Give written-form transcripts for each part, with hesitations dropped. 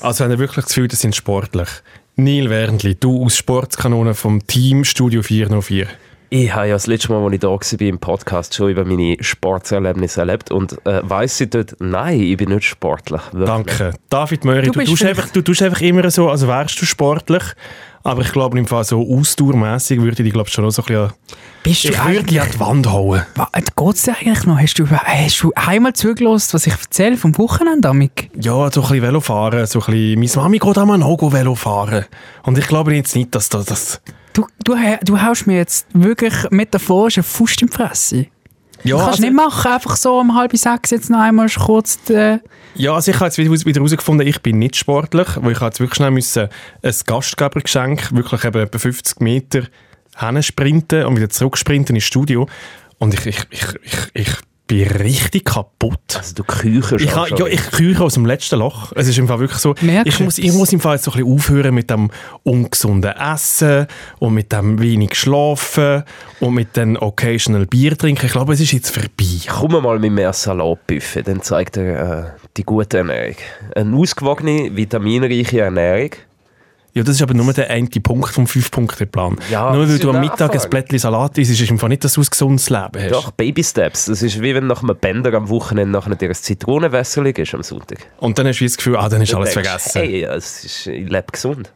Also haben wir wirklich das Gefühl, das sind sportlich. Neil Wernli, du aus Sportskanone vom Team Studio 404. Ich habe ja das letzte Mal, als ich da war im Podcast, schon über meine Sportserlebnisse erlebt und weiss ich dort, nein, ich bin nicht sportlich. Wirklich. Danke. David Möri, du tust einfach immer so, als wärst du sportlich, aber ich glaube, im Fall so ausdauermässig würde ich dich glaube schon noch so ein bisschen ich würde dich an die Wand hauen. Geht es dir eigentlich noch? Hast du einmal zugelassen, was ich erzähle vom Wochenende damit? Ja, so ein bisschen Velofahren, so ein bisschen, meine Mami geht auch mal noch Velofahren und ich glaube jetzt nicht, dass das... Du haust mir jetzt wirklich metaphorisch einen Fuß in die Fresse. Ja, das kannst du nicht machen, einfach so um 5:30 jetzt noch einmal kurz... Ja, also ich habe jetzt wieder herausgefunden, ich bin nicht sportlich, weil ich jetzt wirklich schnell müssen ein Gastgebergeschenk, wirklich eben etwa 50 Meter hinsprinten und wieder zurücksprinten ins Studio. Und ich bin richtig kaputt. Also du kücherst ich küche aus dem letzten Loch. Es ist im Fall wirklich so, ich muss im Fall jetzt so ein bisschen aufhören mit dem ungesunden Essen und mit dem wenig Schlafen und mit dem occasional Bier trinken. Ich glaube, es ist jetzt vorbei. Komm mal mit mehr Salatbuffet, dann zeigt er die gute Ernährung. Eine ausgewogene, vitaminreiche Ernährung. Ja, das ist aber nur der eine Punkt vom 5-Punkte-Plan. Ja, nur weil du am Mittag ein Blättchen Salat isst, ist es im Fall nicht, dass du ein gesundes Leben hast. Doch, Baby-Steps. Das ist wie wenn nach einem Bänder am Wochenende nachher dir ein Zitronenwasser liegt am Sonntag. Und dann hast du das Gefühl, dann ist alles vergessen. Hey, ich lebe gesund.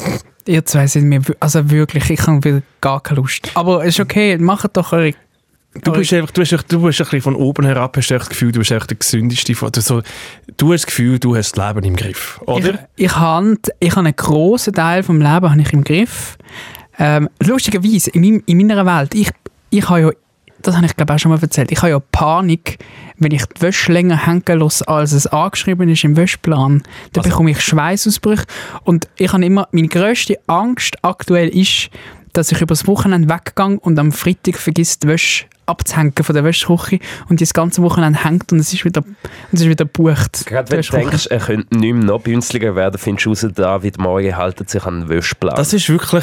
Ihr zwei sind mir... Also wirklich, ich habe wieder gar keine Lust. Aber es ist okay, macht doch eure... Du bist ein bisschen von oben herab, hast du das Gefühl, du bist der gesündeste. Du hast das Gefühl, du hast das Leben im Griff, oder? Ich habe einen grossen Teil des Lebens im Griff. Lustigerweise, in meiner Welt, ich habe ja, das habe ich glaube auch schon mal erzählt, ich habe ja Panik, wenn ich die Wäsche länger hängen lasse, als es angeschrieben ist im Wäschplan. Dann bekomme ich Schweißausbrüche. Und ich habe immer, meine grösste Angst aktuell ist, dass ich über das Wochenende weggehe und am Freitag vergisst die Wäsche abzuhängen von der Wäschküche und das ganze Wochenende hängt und es ist wieder gebucht. Gerade wenn du denkst, er könnte nicht mehr noch bünzliger werden, findest du raus, David Morgen haltet sich an den Wäschplan. Das ist wirklich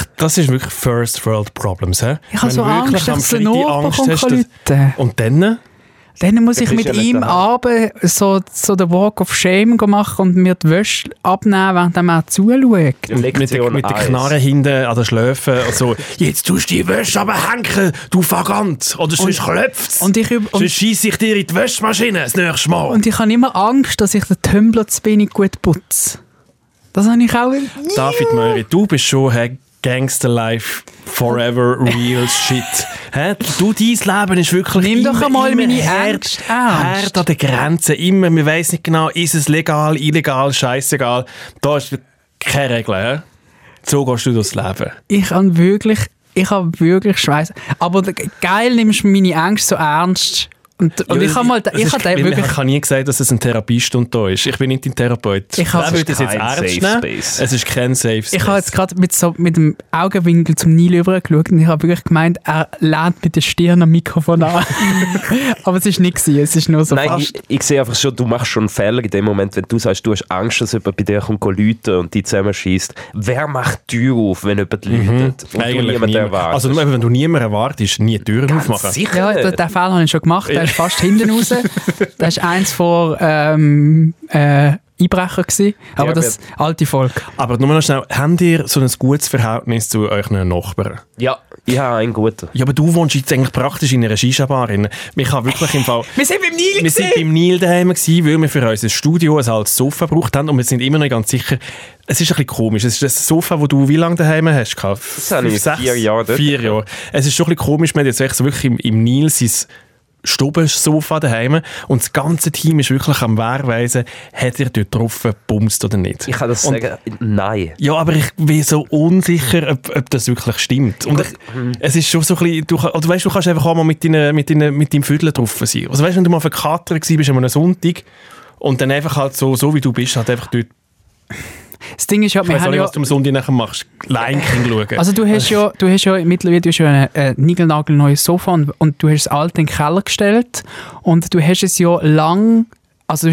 First World Problems. He? Ich habe so Angst, dass es noch Leute. Und dann? Dann muss ich mit ihm abends so den Walk of Shame machen und mir die Wäsche abnehmen, während er mir zuschaut. Mit der Knarre hinten an den Schläfen. Also, jetzt tust du die Wäsche aber hängen, du Vagant. Oder sonst klopft's. Sonst scheisse ich dir in die Wäschmaschine das nächste Mal. Und ich habe immer Angst, dass ich den Tumbler zu wenig gut putze. Das habe ich auch... David Möri, du bist schon... Gangster Life, forever, real shit. Dein Leben ist wirklich nimm doch einmal meine Ängste hart an den Grenzen. Immer, man weiss nicht genau, ist es legal, illegal, scheißegal. Da ist keine Regel. He? So gehst du durchs Leben. Ich habe wirklich Schweiß. Aber geil, nimmst du meine Ängste so ernst. Und ich habe nie gesagt, dass es eine Therapiestunde da ist. Ich bin nicht ein Therapeut. Ich würde das jetzt ernst nehmen. Es ist kein Safe Space. Ich habe jetzt gerade mit dem Augenwinkel zum Neil rübergeschaut und ich habe wirklich gemeint, er lehnt mit der Stirn am Mikrofon an. Aber es war nicht gewesen. Es ist nur so fast. Ich sehe einfach schon, du machst schon einen Fehler in dem Moment, wenn du sagst, du hast Angst, dass jemand bei dir kommt läuten und dich zusammenschießt. Wer macht die Tür auf, wenn jemand läutet? Und du niemanden erwartest? Also nur, wenn du niemanden erwartest, nie die Türen aufmachen. Sicher. Ja, den Fehler habe ich schon gemacht. Der ist fast hinten raus. Das war eins vor Einbrecher gewesen, aber das alte Volk. Aber nur noch schnell, habt ihr so ein gutes Verhältnis zu euren Nachbarn? Ja, ich habe einen guten. Ja, aber du wohnst jetzt eigentlich praktisch in einer Shisha-Bar. Wir sind beim Neil Wir sind beim Neil daheim gewesen, weil wir für unser Studio ein altes Sofa gebraucht haben und wir sind immer noch ganz sicher, es ist ein bisschen komisch. Es ist das Sofa, das du wie lange daheim hast? Das habe ich 4 Jahre. 4 Jahre. Es ist schon ein bisschen komisch, wir haben jetzt so wirklich im Neil sein Stubensofa daheim und das ganze Team ist wirklich am Wehrweisen, hat er dort drauf gebumst oder nicht. Ich kann das sagen, nein. Ja, aber ich bin so unsicher, ob das wirklich stimmt. Und es ist schon so ein bisschen, du kannst einfach auch mal mit deinem Viertel drauf sein. Also weißt du, wenn du mal verkatert bist an einem Sonntag und dann einfach halt so wie du bist, halt einfach dort. Das Ding ist ja, ich weiss auch nicht, was du am Sonntag nachher machst. Lion King schauen. Also du hast ja mittlerweile ein niegelnagelneues Sofa und du hast das alte in den Keller gestellt und du hast es ja lang, also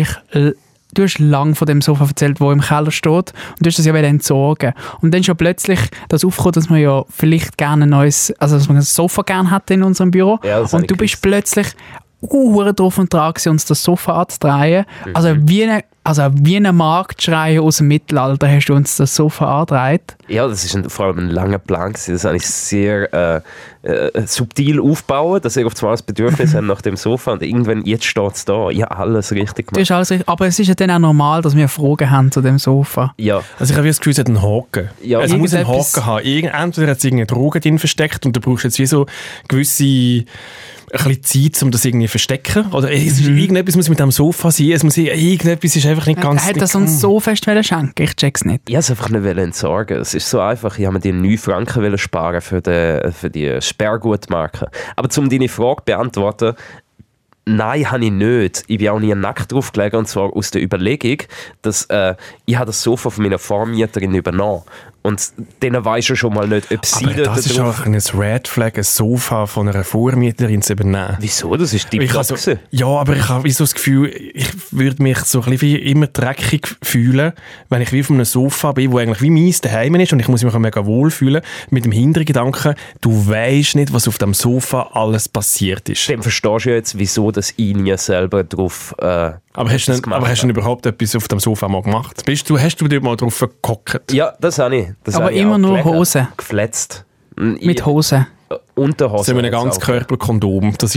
du hast lang von dem Sofa erzählt, das im Keller steht und du hast das ja wieder entsorgen. Und dann ist ja plötzlich das aufgekommen, dass man ja vielleicht gerne ein neues, also dass man ein Sofa gerne hätte in unserem Büro. Ja, und du bist plötzlich drauf und dran, uns das Sofa anzudrehen. Also wie ein Marktschreier aus dem Mittelalter hast du uns das Sofa angedreht. Ja, das war vor allem ein langer Plan. Das habe ich sehr subtil aufbauen, dass ich auf einmal das Bedürfnis habe nach dem Sofa und irgendwann, jetzt steht es da. Ja, alles richtig gemacht. Das ist alles richtig. Aber es ist ja dann auch normal, dass wir Fragen haben zu dem Sofa. Ja. Also ich habe das Gefühl, es hat einen Haken. Ja, es muss einen Haken haben. Entweder hat es irgendeine Droge drin versteckt und du brauchst jetzt wie so gewisse ein bisschen Zeit, um das irgendwie zu verstecken. Oder irgendetwas muss mit dem Sofa sein. Irgendetwas ist einfach nicht ganz... Hat das uns so fest schenken? Ich check's nicht. Ich wollte es einfach nicht entsorgen. Es ist so einfach. Ich habe mir die 9 Franken sparen für die Sperrgutmarke. Aber um deine Frage zu beantworten, nein, habe ich nicht. Ich bin auch nie nackt drauf gelegen, und zwar aus der Überlegung, dass ich das Sofa von meiner Vormieterin übernommen. Und denen weiss schon mal nicht, ob sie aber das ist auch ein Red Flag, ein Sofa von einer Vormieterin zu übernehmen. Wieso? Das ist die so, ja, aber ich habe so das Gefühl, ich würde mich so ein bisschen wie immer dreckig fühlen, wenn ich wie auf einem Sofa bin, wo eigentlich wie meins daheim ist und ich muss mich auch mega wohl fühlen, mit dem Hintergedanken, du weisst nicht, was auf dem Sofa alles passiert ist. Dann verstehst du jetzt, wieso das ich nie selber drauf aber hast du denn überhaupt etwas auf dem Sofa mal gemacht? Hast du dort mal drauf gehockt? Ja, das habe ich. Aber immer nur Hosen. Gefletzt. Mit Hosen. Unterhose. Das ist ein Ganzkörperkondom, das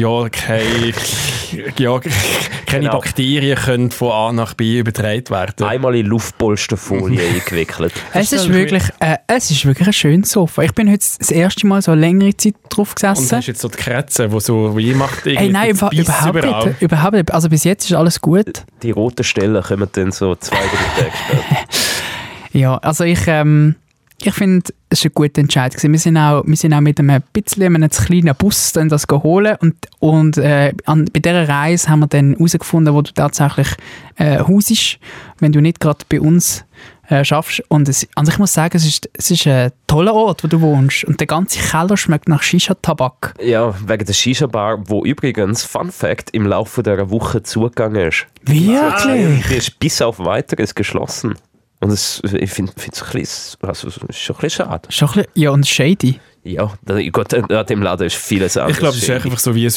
keine Bakterien können von A nach B übertragen werden. Einmal in Luftpolsterfolie eingewickelt. Es ist wirklich ein schönes Sofa. Ich bin heute das erste Mal so eine längere Zeit drauf gesessen. Und hast jetzt so die Krätze, die so wie macht nein, überhaupt nicht. Also bis jetzt ist alles gut. Die roten Stellen kommen dann so 2-3 Tage später. Ja, also ich finde, es war eine gute Entscheidung. Wir sind auch mit einem kleinen Bus dann das holen und bei dieser Reise haben wir dann herausgefunden, wo du tatsächlich hausest, wenn du nicht gerade bei uns schaffst. Und ich muss sagen, es ist ein toller Ort, wo du wohnst. Und der ganze Keller schmeckt nach Shisha-Tabak. Ja, wegen der Shisha-Bar, wo übrigens, Fun Fact, im Laufe dieser Woche zugegangen ist. Wirklich? Die ist bis auf Weiteres geschlossen. Und ich finde es schon ein bisschen schade. Ja, und shady. Ja, Gott, an dem Laden ist vieles anderes. Ich glaube, es ist einfach so wie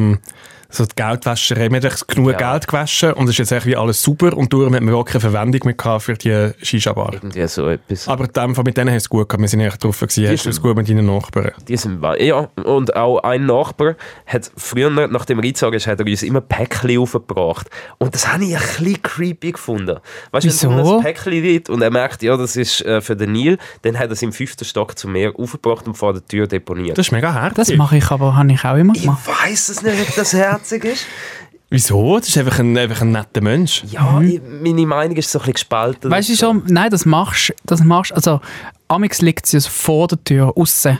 so die Geldwäscherei. Man hat genug Geld gewaschen und es ist jetzt wie alles super und darum hat man auch keine Verwendung mehr für die Shisha-Bar. Irgendwie so etwas. Aber in dem Fall, mit denen hast du es gut gehabt. Wir sind echt drauf gewesen. Hast du es gut mit deinen Nachbarn? Ja, und auch ein Nachbar hat früher, nachdem er eingezogen ist, hat er uns immer Päckchen aufgebracht. Und das habe ich ein bisschen creepy gefunden. Weißt du, wenn du ein Päckchen liegt und er merkt, ja, das ist für den Neil, dann hat er es im 5. Stock zu mir aufgebracht und vor der Tür deponiert. Das ist mega herzig. Das mache ich aber, habe ich auch immer gemacht. Ich weiss es nicht, ob das herzig ist. Wieso? Das ist einfach ein netter Mensch. Ja, meine Meinung ist so ein bisschen gespalten. Weißt du schon, nein, das machst also amigs liegt es ja vor der Tür, aussen.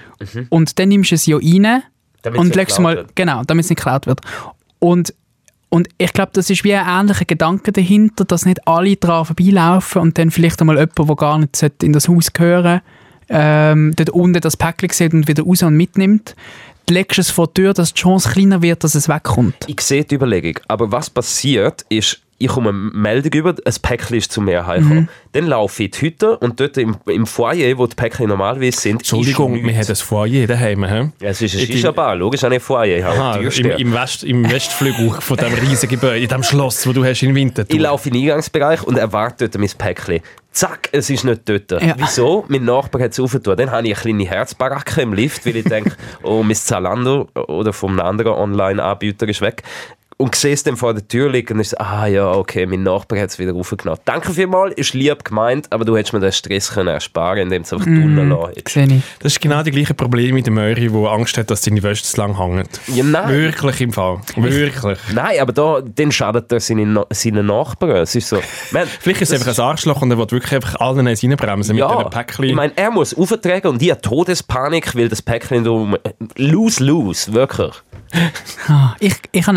Und dann nimmst du es ja rein und legst es mal, genau, damit es nicht geklaut wird. Und ich glaube, das ist wie ein ähnlicher Gedanke dahinter, dass nicht alle daran vorbeilaufen und dann vielleicht einmal jemand, der gar nicht in das Haus gehören dort unten das Päckchen sieht und wieder raus und mitnimmt. Du legst es vor die Tür, dass die Chance kleiner wird, dass es wegkommt. Ich sehe die Überlegung. Aber was passiert, ist, ich komme eine Meldung über, ein Päckchen ist zu mir heimgekommen. Dann laufe ich in die Hütte und dort im Foyer, wo die Päckchen normalerweise sind, Entschuldigung, wir haben ein Foyer daheim. Ja, es ist eine Shisha-Bar, logisch auch nicht Foyer. Aha, im Westflügel von diesem riesigen Gebäude, in diesem Schloss, das du hast in Winterthur. Ich laufe in den Eingangsbereich und erwarte dort mein Päckchen. Zack, es ist nicht dort. Ja. Wieso? Mein Nachbar hat es aufgetan. Dann habe ich eine kleine Herzbaracke im Lift, weil ich denke, oh, mein Zalando oder vom anderen Online-Anbieter ist weg. Und sehe es dann vor der Tür liegen und ich so, ja, okay, mein Nachbar hat es wieder raufgenommen. Danke vielmals, ist lieb gemeint, aber du hättest mir den Stress können ersparen, indem du es einfach tunneln lässt. Das ist genau das gleiche Problem mit dem Möri, der Angst hat, dass seine Wäsche zu lang hängt. Ja, nein. Wirklich im Fall. Wirklich. Nein, aber dann schadet er seinen Nachbarn. Es ist so, vielleicht ist es einfach ein Arschloch und er will wirklich einfach allen reinbremsen mit einem Päckchen. Ich meine, er muss auftragen und die hat Todespanik, weil das Päckchen lose, wirklich. Ich habe auch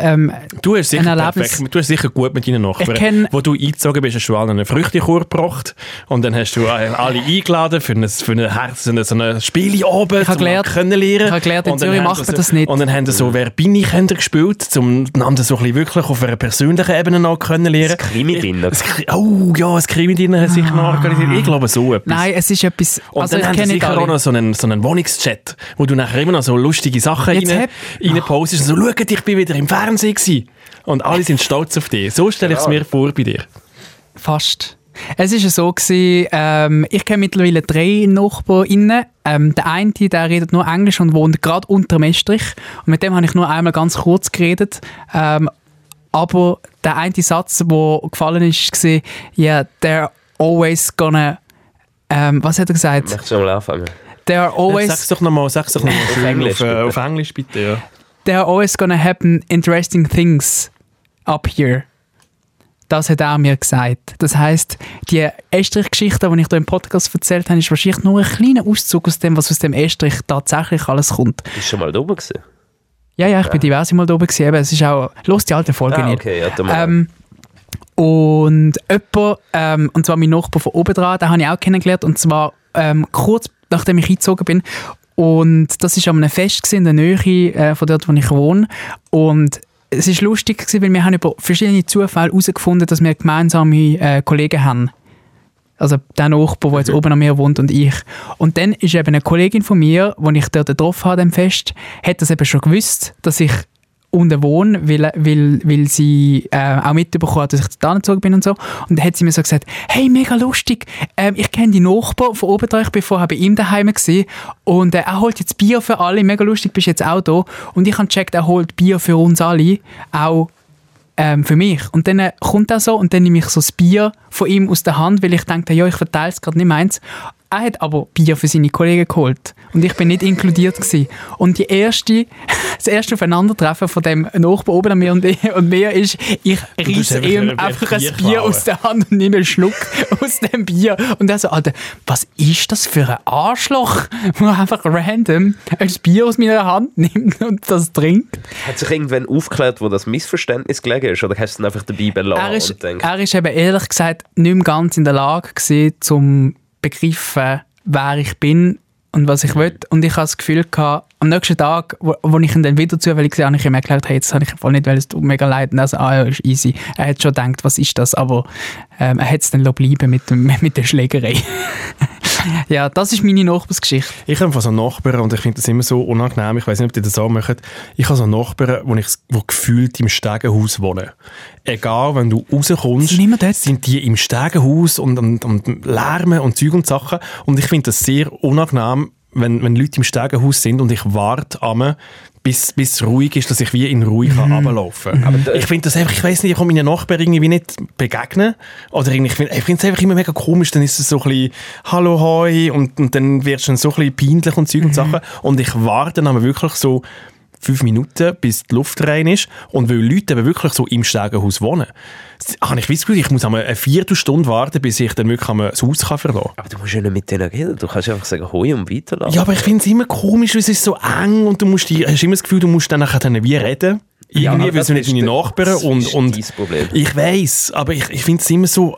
Du hast sicher ein Erlebnis. Du hast sicher gut mit deinen Nachbarn. Wo du eingezogen bist, hast du allen eine Früchtekur gebracht und dann hast du alle eingeladen für eine Spieleabend, um kennenlernen. Ich habe gelernt, in Zürich macht man das nicht. Und dann haben sie so «Wer bin ich?» gespielt, um einander so ein bisschen wirklich auf einer persönlichen Ebene noch kennenlernen. Das Krimi-Dinner. Oh ja, das Krimi-Dinner hat sich noch organisiert. Ich glaube so etwas. Nein, es ist etwas... Und also dann haben sie sicher auch noch so einen Wohnungschat, wo du nachher immer noch so lustige Sachen reinpostest und so «Schaut, ich bin wieder im Fernsehen gewesen». Und alle sind stolz auf dich. So stelle ich es mir vor bei dir. Fast. Es war so gewesen, ich kenne mittlerweile 3 NachbarInnen. Der eine, der redet nur Englisch und wohnt gerade unter dem Estrich. Und mit dem habe ich nur einmal ganz kurz geredet. Aber der eine Satz, der gefallen ist, war «Yeah, they're always gonna...» was hat er gesagt? Möchtest du mal anfangen? They're always... Sag's doch nochmal auf Englisch bitte. Ja. «There are always gonna happen interesting things up here.» Das hat er mir gesagt. Das heisst, die Estrich-Geschichte, die ich hier im Podcast erzählt habe, ist wahrscheinlich nur ein kleiner Auszug aus dem, was aus dem Estrich tatsächlich alles kommt. Bist du schon mal da oben gewesen? Ja, ich bin diverse Mal da oben gewesen. Es ist auch... Los die alte Folge nicht. Okay, und jemand, und zwar mein Nachbar von oben dran, den habe ich auch kennengelernt, und zwar kurz nachdem ich eingezogen bin. Und das war an einem Fest in der Nähe von dort, wo ich wohne. Und es war lustig, weil wir haben über verschiedene Zufälle herausgefunden, dass wir gemeinsame Kollegen haben. Also der Nachbar, der jetzt oben an mir wohnt, und ich. Und dann ist eben eine Kollegin von mir, die ich dort getroffen habe, am Fest, hat das eben schon gewusst, dass ich unten wohne, weil sie auch mitbekommen hat, dass ich da gezogen bin und so. Und dann hat sie mir so gesagt, «Hey, mega lustig, ich kenne die Nachbarn von oben da, ich bin vorher bei ihm daheim gewesen, und er holt jetzt Bier für alle, mega lustig, bist jetzt auch da.» Und ich habe gecheckt, er holt Bier für uns alle, auch für mich. Und dann kommt er so, und dann nehme ich so das Bier von ihm aus der Hand, weil ich dachte, ja, ich verteile es gerade nicht meins. Er hat aber Bier für seine Kollegen geholt. Und ich bin nicht inkludiert gewesen. Und das erste Aufeinandertreffen von dem Nachbar oben an mir und mir ist, ich reisse ihm einfach ein Bier aus der Hand und nehme einen Schluck aus dem Bier. Und er so, Alter, was ist das für ein Arschloch, der einfach random ein Bier aus meiner Hand nimmt und das trinkt? Hat sich irgendwann aufgeklärt, wo das Missverständnis gelegen ist? Oder hast du dann einfach dabei belassen? Er ist eben ehrlich gesagt nicht mehr ganz in der Lage gewesen, zum begreifen, wer ich bin und was ich will. Und ich hatte das Gefühl gehabt, am nächsten Tag, wo ich ihn dann wieder zufällig gesehen habe, habe ich ihm erklärt, hey, das habe ich voll nicht, weil es tut mir mega leid. Und er so, ja, ist easy. Er hat schon gedacht, was ist das? Aber er hat es dann bleiben mit der Schlägerei. Ja, das ist meine Nachbarsgeschichte. Ich habe so Nachbarn, und ich finde das immer so unangenehm, ich weiß nicht, ob die das auch machen, ich habe so Nachbarn, die gefühlt im Stegenhaus wohnen. Egal, wenn du rauskommst, sind die im Stegenhaus und lärmen und Zeug und Sachen. Und ich finde das sehr unangenehm, wenn Leute im Stegenhaus sind und ich warte bis es ruhig ist, dass ich wie in ruhig runterlaufen kann. Aber ich finde das einfach, ich weiss nicht, ich kann meinen Nachbarn irgendwie nicht begegnen. Oder ich finde es einfach immer mega komisch, dann ist es so ein bisschen «Hallo, hoi» und dann wird es dann so ein bisschen peinlich und Zeug und Sachen. Und ich warte dann aber wirklich so 5 Minuten, bis die Luft rein ist. Und weil Leute eben wirklich so im Stegenhaus wohnen, habe ich das Gefühl, ich muss eine Viertelstunde warten, bis ich dann wirklich das Haus verlassen kann. Aber du musst ja nicht mit denen reden. Du kannst einfach sagen, «Hoi» und weiterlaufen. Ja, aber ich finde es immer komisch, weil es ist so eng und hast immer das Gefühl, du musst dann nachher wie reden. Irgendwie, weil es nicht deine Nachbarn und dein Problem. Ich weiss, aber ich finde es immer so...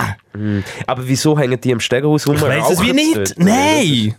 Aber wieso hängen die im Stegenhaus rum? Ich weiss es wie nicht. Nein!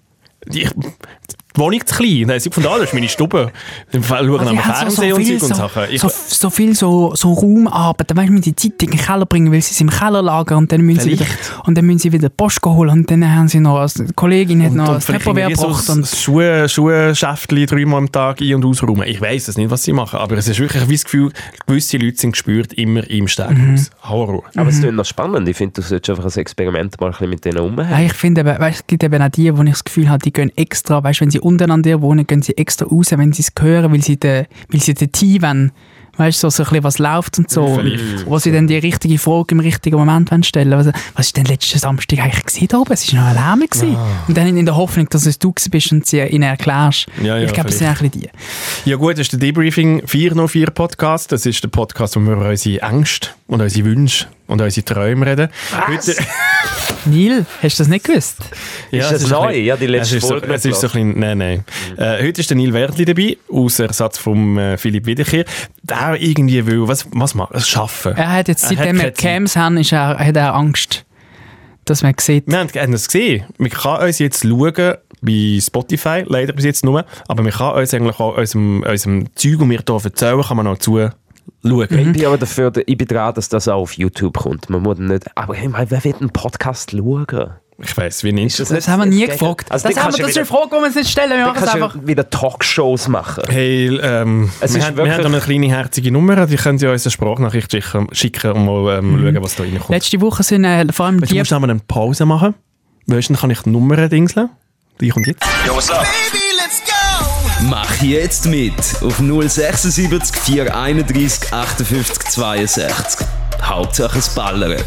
Die Wohnung zu klein. Nein, von da, das ist meine Stube. Dann schauen am Fernsehen und Zeug und Sachen. So viel so Raumarbeiten. Weißt du, müssen die Zeitung in den Keller bringen, weil sie es im Keller lagern und dann müssen sie wieder Post holen und dann haben sie noch, eine Kollegin hat noch ein Tupperware gebracht. Und Schuhschäftchen 3-mal am Tag ein- und ausräumen. Ich weiss es nicht, was sie machen, aber es ist wirklich wie das Gefühl, gewisse Leute sind gespürt immer im Stegenhaus. Horror. Aber es ist noch spannend. Ich finde, du solltest einfach ein Experiment mal ein bisschen mit denen umhängen. Ich finde, es gibt eben auch die, wo ich das Gefühl habe, die gehen extra, weißt du, wenn sie untereinander wohnen, gehen sie extra raus, wenn sie es hören, weil sie den Tee wollen. Weißt du, so ein bisschen, was läuft und so. Wo sie dann die richtige Frage im richtigen Moment stellen wollen. Was ist denn letzten Samstag eigentlich gewesen da oben? Es war noch ein Lärm gewesen. Und dann in der Hoffnung, dass es du bist und sie ihnen erklärst. Ja, ich glaube, es sind ein bisschen die. Ja gut, das ist der Debriefing 404 Podcast. Das ist der Podcast, wo wir über unsere Ängste und unsere Wünsche und unsere Träume reden. Was? Neil, hast du das nicht gewusst? Ja, ist das neu? Ja, die letzte Folge. Es ist so ein bisschen, nein. Heute ist der Neil Wertli dabei, aus Ersatz von Philipp Wiederkehr. Der irgendwie will, was macht? Schaffen. Er hat jetzt, seitdem wir Cams haben, hat er Angst, dass man sieht. Wir haben es gesehen. Man kann uns jetzt schauen, bei Spotify, leider bis jetzt nur, aber man kann uns eigentlich auch unserem Zeug, das wir hier erzählen, kann man auch zuschauen. Ich bin aber dafür, ich bin dran, dass das auch auf YouTube kommt. Man muss nicht, aber hey, wer will einen Podcast schauen? Ich weiss, wie nicht. Das haben wir nie gefragt. Also das ist eine Frage, die wir uns nicht stellen. Wir machen es einfach. Wieder Talkshows machen. Hey, wir haben eine kleine herzige Nummer, die können Sie uns eine Sprachnachricht schicken und mal schauen, was da reinkommt. Letzte Woche sind vor allem die... Du musst aber eine Pause machen. Weißt du, dann kann ich die Nummer dingseln. Die kommt jetzt. Yo, what's up? Baby, let's go! Mach jetzt mit auf 076 431 58 62. Hauptsache es ballert.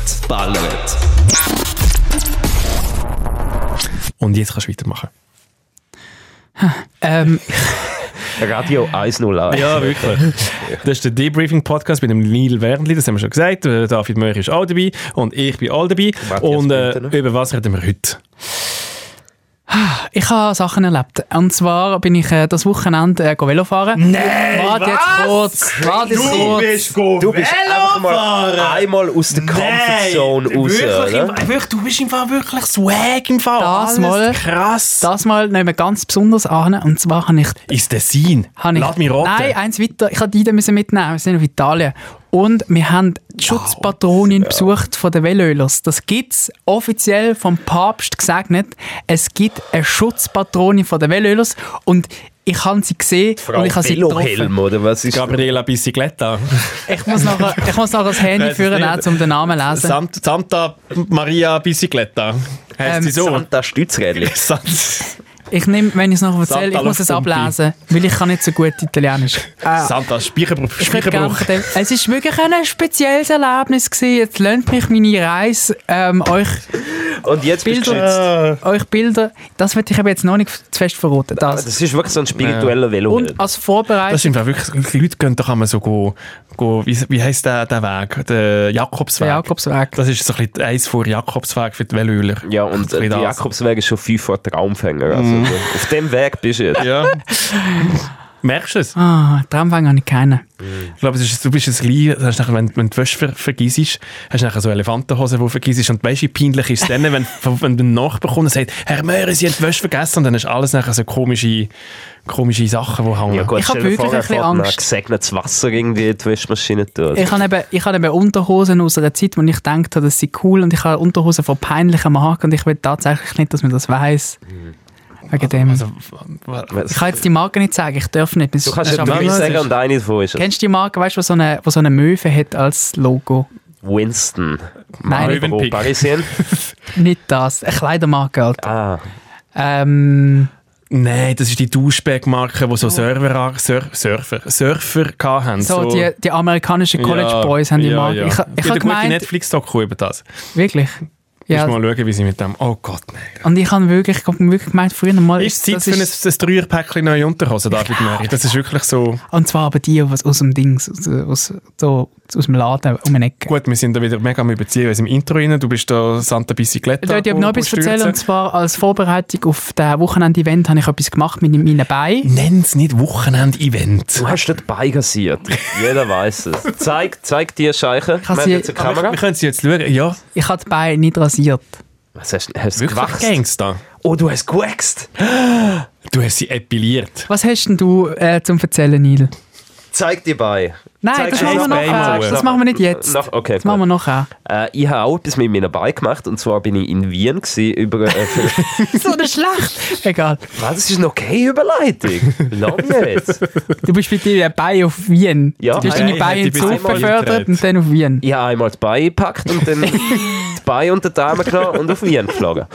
Und jetzt kannst du weitermachen. Radio 101. Ja, wirklich. Das ist der Debriefing-Podcast mit dem Neil Wertli, das haben wir schon gesagt. David Möhr ist auch dabei und ich bin auch dabei. Und über was reden wir heute? Ich habe Sachen erlebt. Und zwar bin ich das Wochenende Velo fahren. Nein! Warte jetzt kurz. Du bist einfach mal einmal aus der Comfortzone raus, oder? Du bist im Fall wirklich swag im Fall. Das mal krass. Das mal nehmen wir ganz besonders an. Und zwar habe ich... Ist Tessin? Lass mich raten. Nein, eins weiter. Ich habe die mitnehmen. Wir sind in Italien. Und wir haben die Schutzpatronin besucht von den Velöhlers. Das gibt es offiziell vom Papst gesegnet. Es gibt eine Schutzpatronin von den Velöhlers und ich habe sie gesehen Frau und ich habe sie getroffen. Oder was ist Gabriela Bicicletta. Ich muss nachher das Handy führen, um den Namen zu lesen. Santa Maria Bicicletta. Heißt sie so? Santa Stützrädli. Ich nehme, wenn ich es noch erzähle, ich muss es ablesen, weil ich kann nicht so gut Italienisch. Santa Speicherbruch. Es war wirklich ein spezielles Erlebnis gewesen. Jetzt lernt mich meine Reise euch und jetzt Bilder, das würde ich aber jetzt noch nicht zu fest verraten. Das ist wirklich so ein spiritueller Velo. Und als Vorbereitung... Das stimmt wirklich, die Leute gehen, da kann man so go wie heisst der Weg? Der Jakobsweg. Der Jakobsweg. Das ist so ein bisschen eins vor Jakobsweg für die Velöler. Ja, und der Jakobsweg ist schon 5 vor Traumfänger. Also auf dem Weg bist du jetzt. Ja. Merkst du es? Traumfänger habe ich keinen. Ich glaube, du bist ein Lied, wenn du die Wäsche vergisst, hast du nachher so Elefantenhosen, die du vergisst. Und weißt du, wie peinlich ist es dann, wenn du einen Nachbar kommt und sagt, Herr Möhr, Sie haben die Wäsche vergessen. Und dann ist alles nachher so komische Sachen, die hängen. Ja, gut, ich habe wirklich ein bisschen Angst. Gesegnetes Wasser irgendwie in die Wäschmaschine tun. Ich habe eben Unterhosen aus einer Zeit, wo ich gedacht habe, das sind cool. Und ich habe Unterhosen von peinlichem Marken. Und ich will tatsächlich nicht, dass man das weiss. Wegen dem. Ich kann jetzt die Marke nicht sagen, ich darf nicht. Du kannst nicht sagen und eine davon ist. Kennst du die Marke, weißt du, wo so eine Möwe hat als Logo? Winston. Nein, Parisien? Nicht das. Eine Kleidermarke, Alter. Nein, das ist die Duschbag-Marke, die so Surfer hatten. So, die amerikanischen College Boys haben die Marke. Ja. Ich habe gemeint... Netflix-Doku über das. Wirklich? Ja. Mal schauen, wie sie mit dem... Oh Gott, nein. Und ich habe wirklich gemeint, früher mal... Ist Zeit für ein 3er-Päckchen neue Unterhosen, David Möhr? Das ist wirklich so... Und zwar aber die aus dem Dings, aus dem Laden um eine Ecke. Gut, wir sind da wieder mega am Überziehen, im Intro rein. Du bist da Santa Bicicletta. Ich habe noch etwas erzählen, und zwar als Vorbereitung auf das Wochenende-Event habe ich etwas gemacht mit meinen Beinen. Nenn es nicht Wochenende-Event. Du hast das Bein rasiert. Jeder weiß es. Zeig dir, Scheiche. Wir können sie jetzt schauen. Ja. Ich habe die Beine nicht rasiert. Was hast du gewachst? Gangster. Oh, du hast gewaxt. Du hast sie epiliert. Was hast denn du zum Erzählen, Neil? Zeig dir bei. Nein, das machen wir nachher. Das machen wir nicht jetzt. Okay, das machen wir nachher. Ich habe auch etwas mit meinen Beinen gemacht. Und zwar bin ich in Wien über... So eine Schlacht. Egal. Das ist eine okay Überleitung. Lass mich jetzt. Du bist mit deinen Beinen auf Wien. Ja. Du hast deine Beine in den Zug befördert und dann auf Wien. Ich habe einmal die Beine gepackt und dann die Beine unter die Arme genommen und auf Wien geflogen.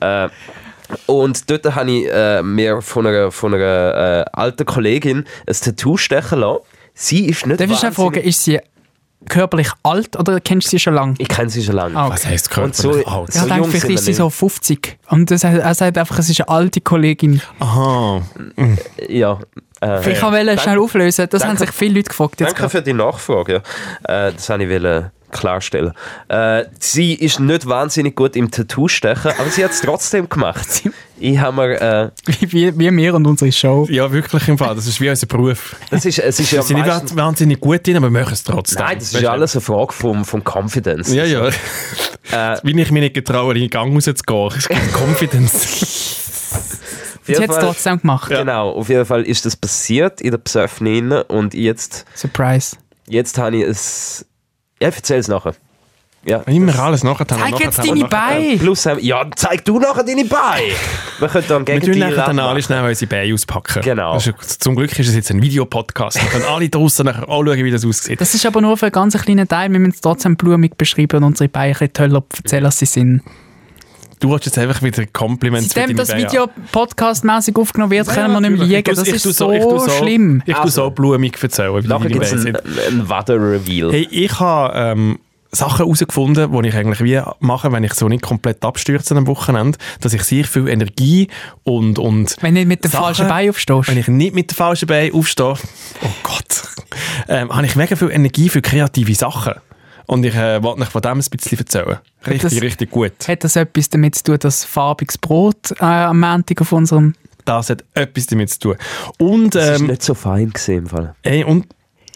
Und dort habe ich mir von einer alten Kollegin ein Tattoo stechen lassen. Sie ist nicht... Darf ich fragen, ist sie körperlich alt oder kennst du sie schon lange? Ich kenne sie schon lange. Okay. Was heisst körperlich alt? Ich denke, vielleicht ist sie so 50. Und er sagt einfach, es ist eine alte Kollegin. Aha. Ja. Ich wollte schnell auflösen. Das haben sich viele Leute gefragt. Danke für die Nachfrage. Ja. Das wollte ich klarstellen. Sie ist nicht wahnsinnig gut im Tattoo-Stechen, aber sie hat es trotzdem gemacht. Ich habe mir... wie wir und unsere Show. Ja, wirklich im Fall. Das ist wie unser Beruf. Es ist wir sind nicht wahnsinnig gut drin, aber wir machen es trotzdem. Nein, das ist alles eine Frage vom Confidence. Ja, ja. Wie ich mich nicht getraue, in den Gang rauszugehen. Confidence. Sie hat es trotzdem gemacht. Ja. Genau, auf jeden Fall ist das passiert in der Psöffnin und jetzt... Surprise. Jetzt habe ich es... Ja, ich erzähle es nachher. Ja, immer alles nachher. Zeig jetzt deine Beine! Plus, ja, zeig du nachher deine Beine! Wir können dann Wir tun dann alle schnell unsere Beine auspacken. Genau. Zum Glück ist es jetzt ein Videopodcast. Wir können alle draussen nachher anschauen, wie das aussieht. Das ist aber nur für einen ganz kleinen Teil. Wir müssen es trotzdem blumig beschreiben und unsere Beine ein bisschen toller erzählen, als sie sind. Du hast jetzt einfach wieder Kompliments für deine Beine. Seitdem das Video podcastmäßig aufgenommen wird, können wir nicht mehr liegen. Das ist so schlimm. Ich tue so blumig erzählen, wie nachher gibt es ein Weather-Reveal. Hey, ich habe Sachen herausgefunden, die ich eigentlich wie mache, wenn ich so nicht komplett abstürze am Wochenende, dass ich sehr viel Energie und wenn du nicht mit dem falschen Bein aufstehst. Wenn ich nicht mit dem falschen Bein aufstehe, oh Gott, habe ich mega viel Energie für kreative Sachen. Und ich wollte euch von dem ein bisschen erzählen. Richtig gut. Hat das etwas damit zu tun, dass farbiges Brot am Montag auf unserem... Das hat etwas damit zu tun. Und, das ist nicht so fein gewesen im Fall. Und...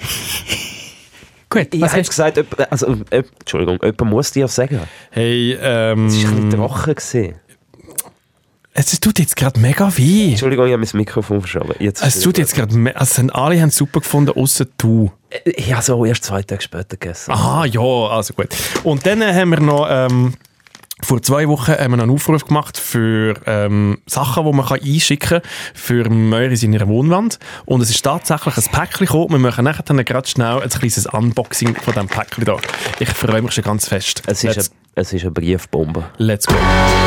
Gut, was hast du gesagt? Entschuldigung, jemand muss dir sagen. Hey, es war ein bisschen trocken gewesen. Es tut jetzt gerade mega weh. Entschuldigung, ich habe mein Mikrofon verschoben. Es tut jetzt gerade... alle haben es super gefunden, ausser du. Ich habe so erst 2 Tage später gegessen. Aha, ja, also gut. Und dann haben wir noch... vor 2 Wochen haben wir einen Aufruf gemacht für Sachen, die man einschicken kann für Möris in ihrer Wohnwand. Und es ist tatsächlich ein Päckchen gekommen. Wir machen nachher dann gerade schnell ein kleines Unboxing von diesem Päckchen hier. Ich freue mich schon ganz fest. Es ist eine Briefbombe. Let's go.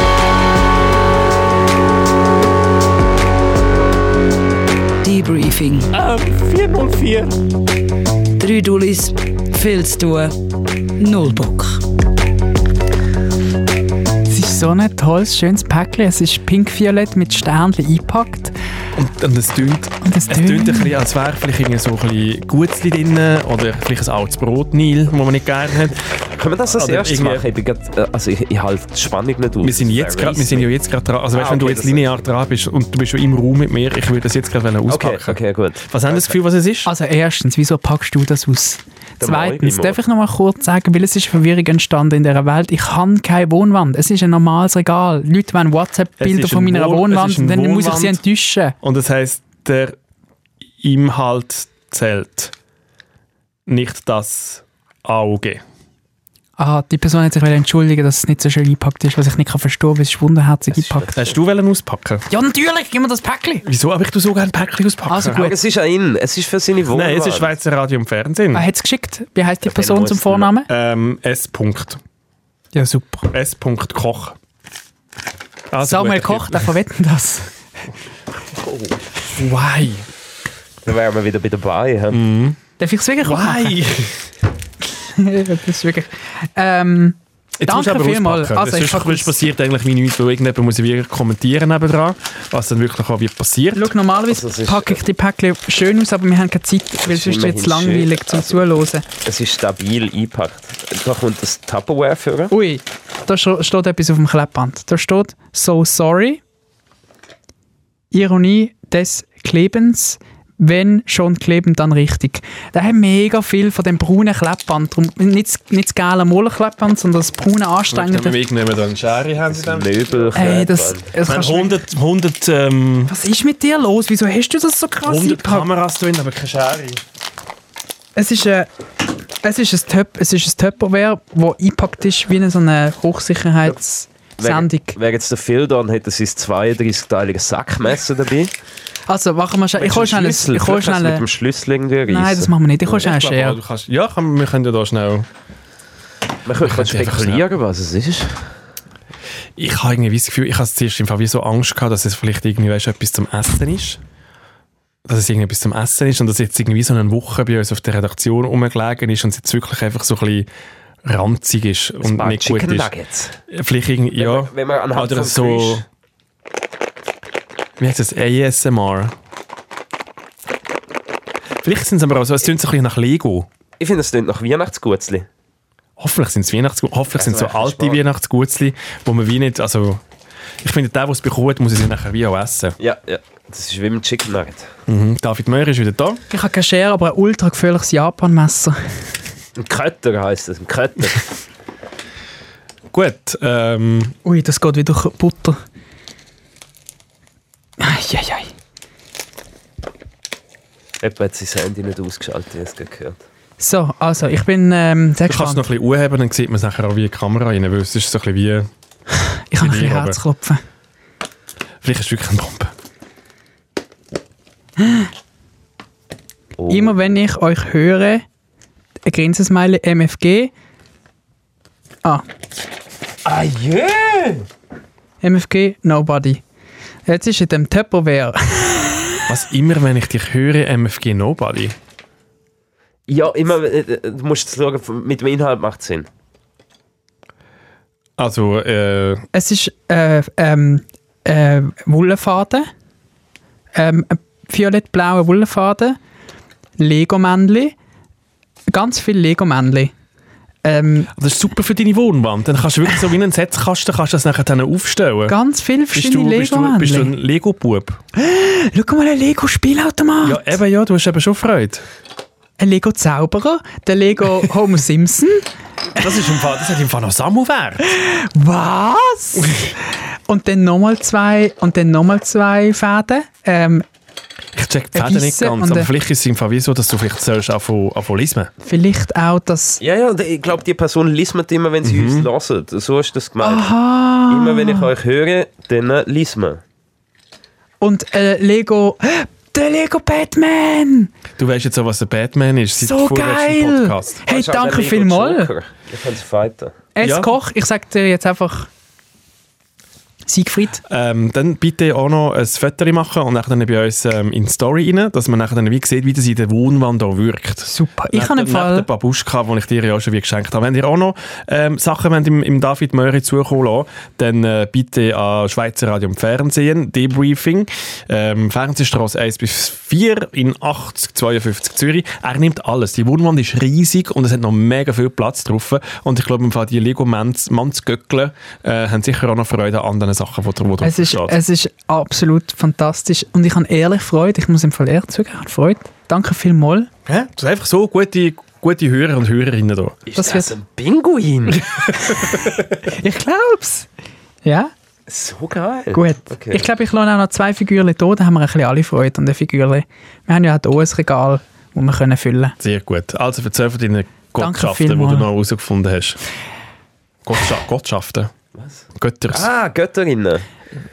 Debriefing. 404. 3 Dullis, viel zu tun, 0 Bock. Es ist so ein tolles, schönes Päckchen. Es ist pink-violett mit Sternchen eingepackt. Und es tönt ein bisschen, als wäre vielleicht so ein bisschen Gutzli drin oder vielleicht ein altes Brotnil, das man nicht gerne hat. Können wir das als erstes machen? Ich halte die Spannung nicht aus. Wir sind ja jetzt gerade dran. Also weißt, wenn du jetzt linear dran bist und du bist schon im Raum mit mir, ich würde das jetzt gerade auspacken. Okay, gut. Was haben das Gefühl, was es ist? Also erstens, wieso packst du das aus? Zweitens, darf ich noch mal kurz sagen, weil es ist Verwirrung entstanden in dieser Welt. Ich habe keine Wohnwand. Es ist ein normales Regal. Leute wollen WhatsApp-Bilder von meiner Wohnwand und dann muss ich sie enttäuschen. Und das heisst, der Inhalt zählt. Nicht das Auge. Ah, die Person hat sich entschuldigen, dass es nicht so schön eingepackt ist, was ich nicht verstehen kann, weil es ist wunderherzig eingepackt. Hast du auspacken? Ja, natürlich, gib mir das Päckchen. Wieso? Aber ich tue so gerne ein Päckchen auspacken. Also gut. Es ist es ist für seine Wohnung. Nein, es ist Schweizer Radio und Fernsehen. Hat es geschickt? Wie heisst die Person zum Vornamen? S. Ja, super. S. Koch. Also Samuel Koch, der verwetten das. Why? Dann wären wir wieder bei dabei. Darf ich es wirklich Why? Das ist wirklich... Danke vielmals. Also, es passiert eigentlich wie nichts, weil irgendjemand muss wirklich kommentieren nebendran, was dann wirklich auch wird passiert. Schau, normalerweise packe ich die Päckchen schön aus, aber wir haben keine Zeit, weil sonst wird es langweilig zum Zuhören. Es ist stabil eingepackt. Da kommt das Tupperware für. Ui, da steht etwas auf dem Klebband. Da steht «So sorry», Ironie des Klebens, wenn schon kleben, dann richtig. Da haben mega viel von dem braunen Klebband. Nicht das gelbe Molleklebband, sondern das braune anstrengende. Wenn wir irgendwann eine Schere haben, dann Möbelklebband. Das 100 was ist mit dir los? Wieso hast du das so krass 100 Kameras drin, aber keine Schere. Es ist ein Tupperware, das eingepackt ist wie so eine Hochsicherheitssendung. Wer jetzt den Phil da hat, das ist 32-teiliges Sackmesser dabei. Also, machen wir schnell. Ich hole schnell mit dem Schlüssel irgendwie reissen. Nein, das machen wir nicht. Ich hole schnell eine Schere. Wir können ja da schnell... Wir können spekulieren, was es ist. Ich habe irgendwie das Gefühl, ich hatte zuerst wie so Angst gehabt, dass es vielleicht irgendwie etwas zum Essen ist. Dass es irgendetwas zum Essen ist und dass jetzt irgendwie so eine Woche bei uns auf der Redaktion rumgelegen ist und es jetzt wirklich einfach so ein bisschen ranzig ist und nicht gut ist. Nuggets. Vielleicht irgendwie, ja. Wenn man anhand oder so... Wie heißt das? ASMR. Vielleicht sind es aber auch so, es klingt so ein bisschen nach Lego. Ich finde, es klingt nach Weihnachtsgutzli. Hoffentlich sind es hoffentlich sind es so alte Weihnachtsgutzli, wo man wie nicht, also ich finde, der es bekommt, muss es nachher wie auch essen. Ja, das ist wie mit Chicken Nugget. David Meurer ist wieder da. Ich habe keine Schere, aber ein ultra gefährliches Japan-Messer. Ein Kötter heisst das, ein Kötter. Gut. Ui, das geht wieder durch Butter. Eieiei. Jemand hat sein Handy nicht ausgeschaltet, ich habe es gehört. So, also, ich bin sehr Du gespannt. kannst es noch ein bisschen anheben, dann sieht man es nachher auch wie die Kamera rein, weil es ist so ein bisschen wie... Ich habe ein bisschen Herzklopfen. Vielleicht ist es wirklich eine Bombe. Oh. Immer wenn ich euch höre, ein Grinsesmiley MFG. Ah, yeah! MFG, nobody. Jetzt ist in dem Tupperware. Was immer, wenn ich dich höre, MFG Nobody. Ja, immer, du musst jetzt schauen, mit dem Inhalt macht es Sinn. Also, Es ist Wollenfaden. Violett-blauer Wollenfaden. Lego-Männchen. Ganz viele Lego-Männchen. das ist super für deine Wohnwand. Dann kannst du wirklich so wie einen Setzkasten kannst du das nachher dann aufstellen. Ganz viele verschiedene Bist du Lego-Männchen. ein Lego-Bub? Schau mal, ein Lego-Spielautomat. Ja, eben, du hast eben schon Freude. Ein Lego-Zauberer. Der Lego Homer Simpson. Das hat im Fall noch Sammelwert. Was? Und dann nochmal zwei Fäden. Ich check die Fäden nicht Weisse ganz, und aber vielleicht ist es im Fall wie so, dass du vielleicht sollst anfangen lesen. Vielleicht auch das... Ja, ich glaube, die Person liest man immer, wenn sie uns hören. So ist das gemeint. Aha. Immer wenn ich euch höre, dann liest man. Und Lego... Der Lego Batman! Du weißt jetzt auch, was der Batman ist, seit So dem vorletzten geil! Podcast. Hey, Weißt du auch, danke der Lego vielmals. Joker? Ich kann es fighten. Ja. Koch, ich sag dir jetzt einfach... Siegfried. Dann bitte auch noch ein Foto machen und dann bei uns in die Story rein, dass man dann wie sieht, wie das in der Wohnwand hier wirkt. Super. Ich habe Neben der Babuschka, die ich dir ja auch schon wie geschenkt habe. Wenn ihr auch noch Sachen wollt im David Meurer zukommen lassen, dann bitte an Schweizer Radio und Fernsehen, Debriefing, Fernsehstrasse 1-4 in 8052 Zürich. Er nimmt alles. Die Wohnwand ist riesig und es hat noch mega viel Platz drauf. Und ich glaube, im Fall die Lego-Mannsgöckle haben sicher auch noch Freude an den Sachen, die drauf stehen. Es ist absolut fantastisch und ich habe ehrlich Freude. Ich muss im Fall ehrlich zugeben, ich habe Freude. Danke vielmals. Ja, das sind einfach so gute Hörer und Hörerinnen da. Ist Das das ein Pinguin? Ich glaub's. Ja, So geil. gut. Okay. Ich glaube, ich lasse auch noch 2 Figürchen da, da haben wir ein bisschen alle Freude an den Figürchen. Wir haben ja auch hier ein Regal, das wir füllen können. Sehr gut. Also erzähl von deinen Danke Gottschaften, die vielmals. du noch herausgefunden hast. Gottschaften? Was? Götters. Götterinnen.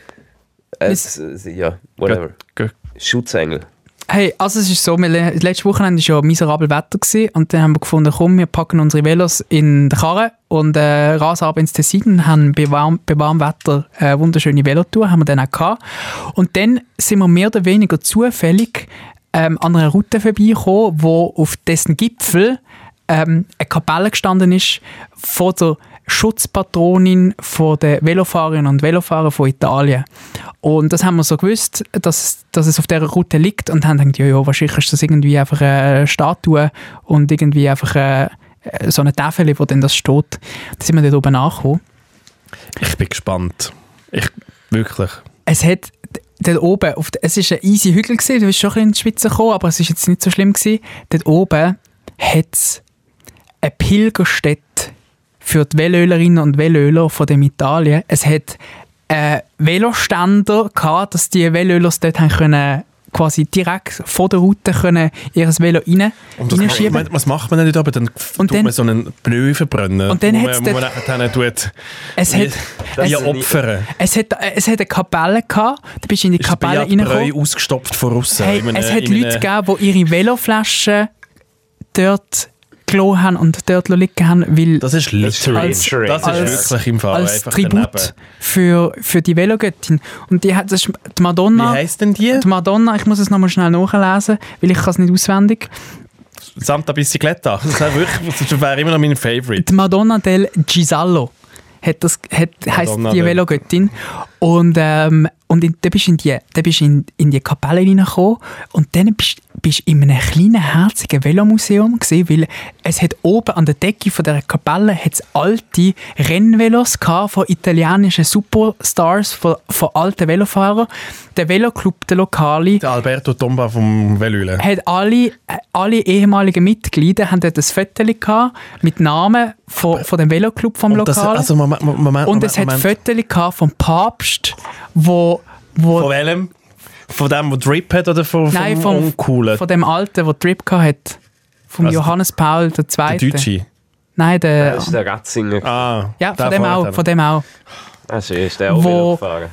Ja, whatever. Schutzengel. Hey, also es ist so, letzte Wochenende war ja miserabel Wetter gewesen, und dann haben wir gefunden, komm, wir packen unsere Velos in die Karre und rasen ab ins Tessin und haben bei warmem Wetter eine wunderschöne Velotour, haben wir dann auch gehabt. Und dann sind wir mehr oder weniger zufällig an einer Route vorbeigekommen, wo auf dessen Gipfel eine Kapelle gestanden ist von der Schutzpatronin von den Velofahrerinnen und Velofahrer von Italien. Und das haben wir so gewusst, dass es auf dieser Route liegt, und haben gedacht, ja, wahrscheinlich ist das irgendwie einfach eine Statue und irgendwie einfach so eine Tafel, wo dann das steht. Da sind wir dort oben angekommen. Ich bin gespannt. Wirklich. Es hat dort oben, es war ein easy Hügel gewesen, du bist schon ein bisschen in die Spitze gekommen, aber es war jetzt nicht so schlimm gewesen. Dort oben hat es eine Pilgerstätte für die Velöhlerinnen und Velöler von dem Italien. Es hat Veloständer gehabt, dass die Velölers dort haben können, quasi direkt von der Route können ihr Velo reinschieben. Was macht man denn nicht? Aber dann tut man so einen Pneu verbrennen, und dann wo man nachher tut, opfern. Es hat eine Kapelle gehabt, du bist in die Kapelle reingekommen. Breu ausgestopft von aussen. Hey, es hat Leute gegeben, die ihre Veloflaschen dort gelassen haben und dort liegen haben, weil das ist literally. Das ist wirklich im Fall als einfach Tribut für die Velogöttin. Und die hat, das ist die Madonna. Wie heisst denn die? Die Madonna, ich muss es nochmal schnell nachlesen, weil ich kann es nicht auswendig. Santa Bicicletta. Das wäre immer noch mein Favorite. Die Madonna del Gisallo heisst die Velogöttin. Und dann bist du in die Kapelle reingekommen und dann bist du in einem kleinen, herzigen Velomuseum gewesen, weil es hat oben an der Decke von dieser Kapelle hat's alte Rennvelos gehabt von italienischen Superstars, von alten Velofahrern. Der Veloclub, der Lokale, der Alberto Tomba vom Velüle, hat alle ehemaligen Mitglieder haben dort ein Foto gehabt mit Namen von dem Veloclub vom Lokal. Und es hat Fotos vom Papst, wo von welchem? Von dem, der Drip hat, oder vom Uncoolen? Von dem Alten, der Drip hatte. Vom Johannes Paul II. Der Deutsche? Nein, das ist der Ratzinger. Ja, von dem auch. Also ist der auch Velogefahren.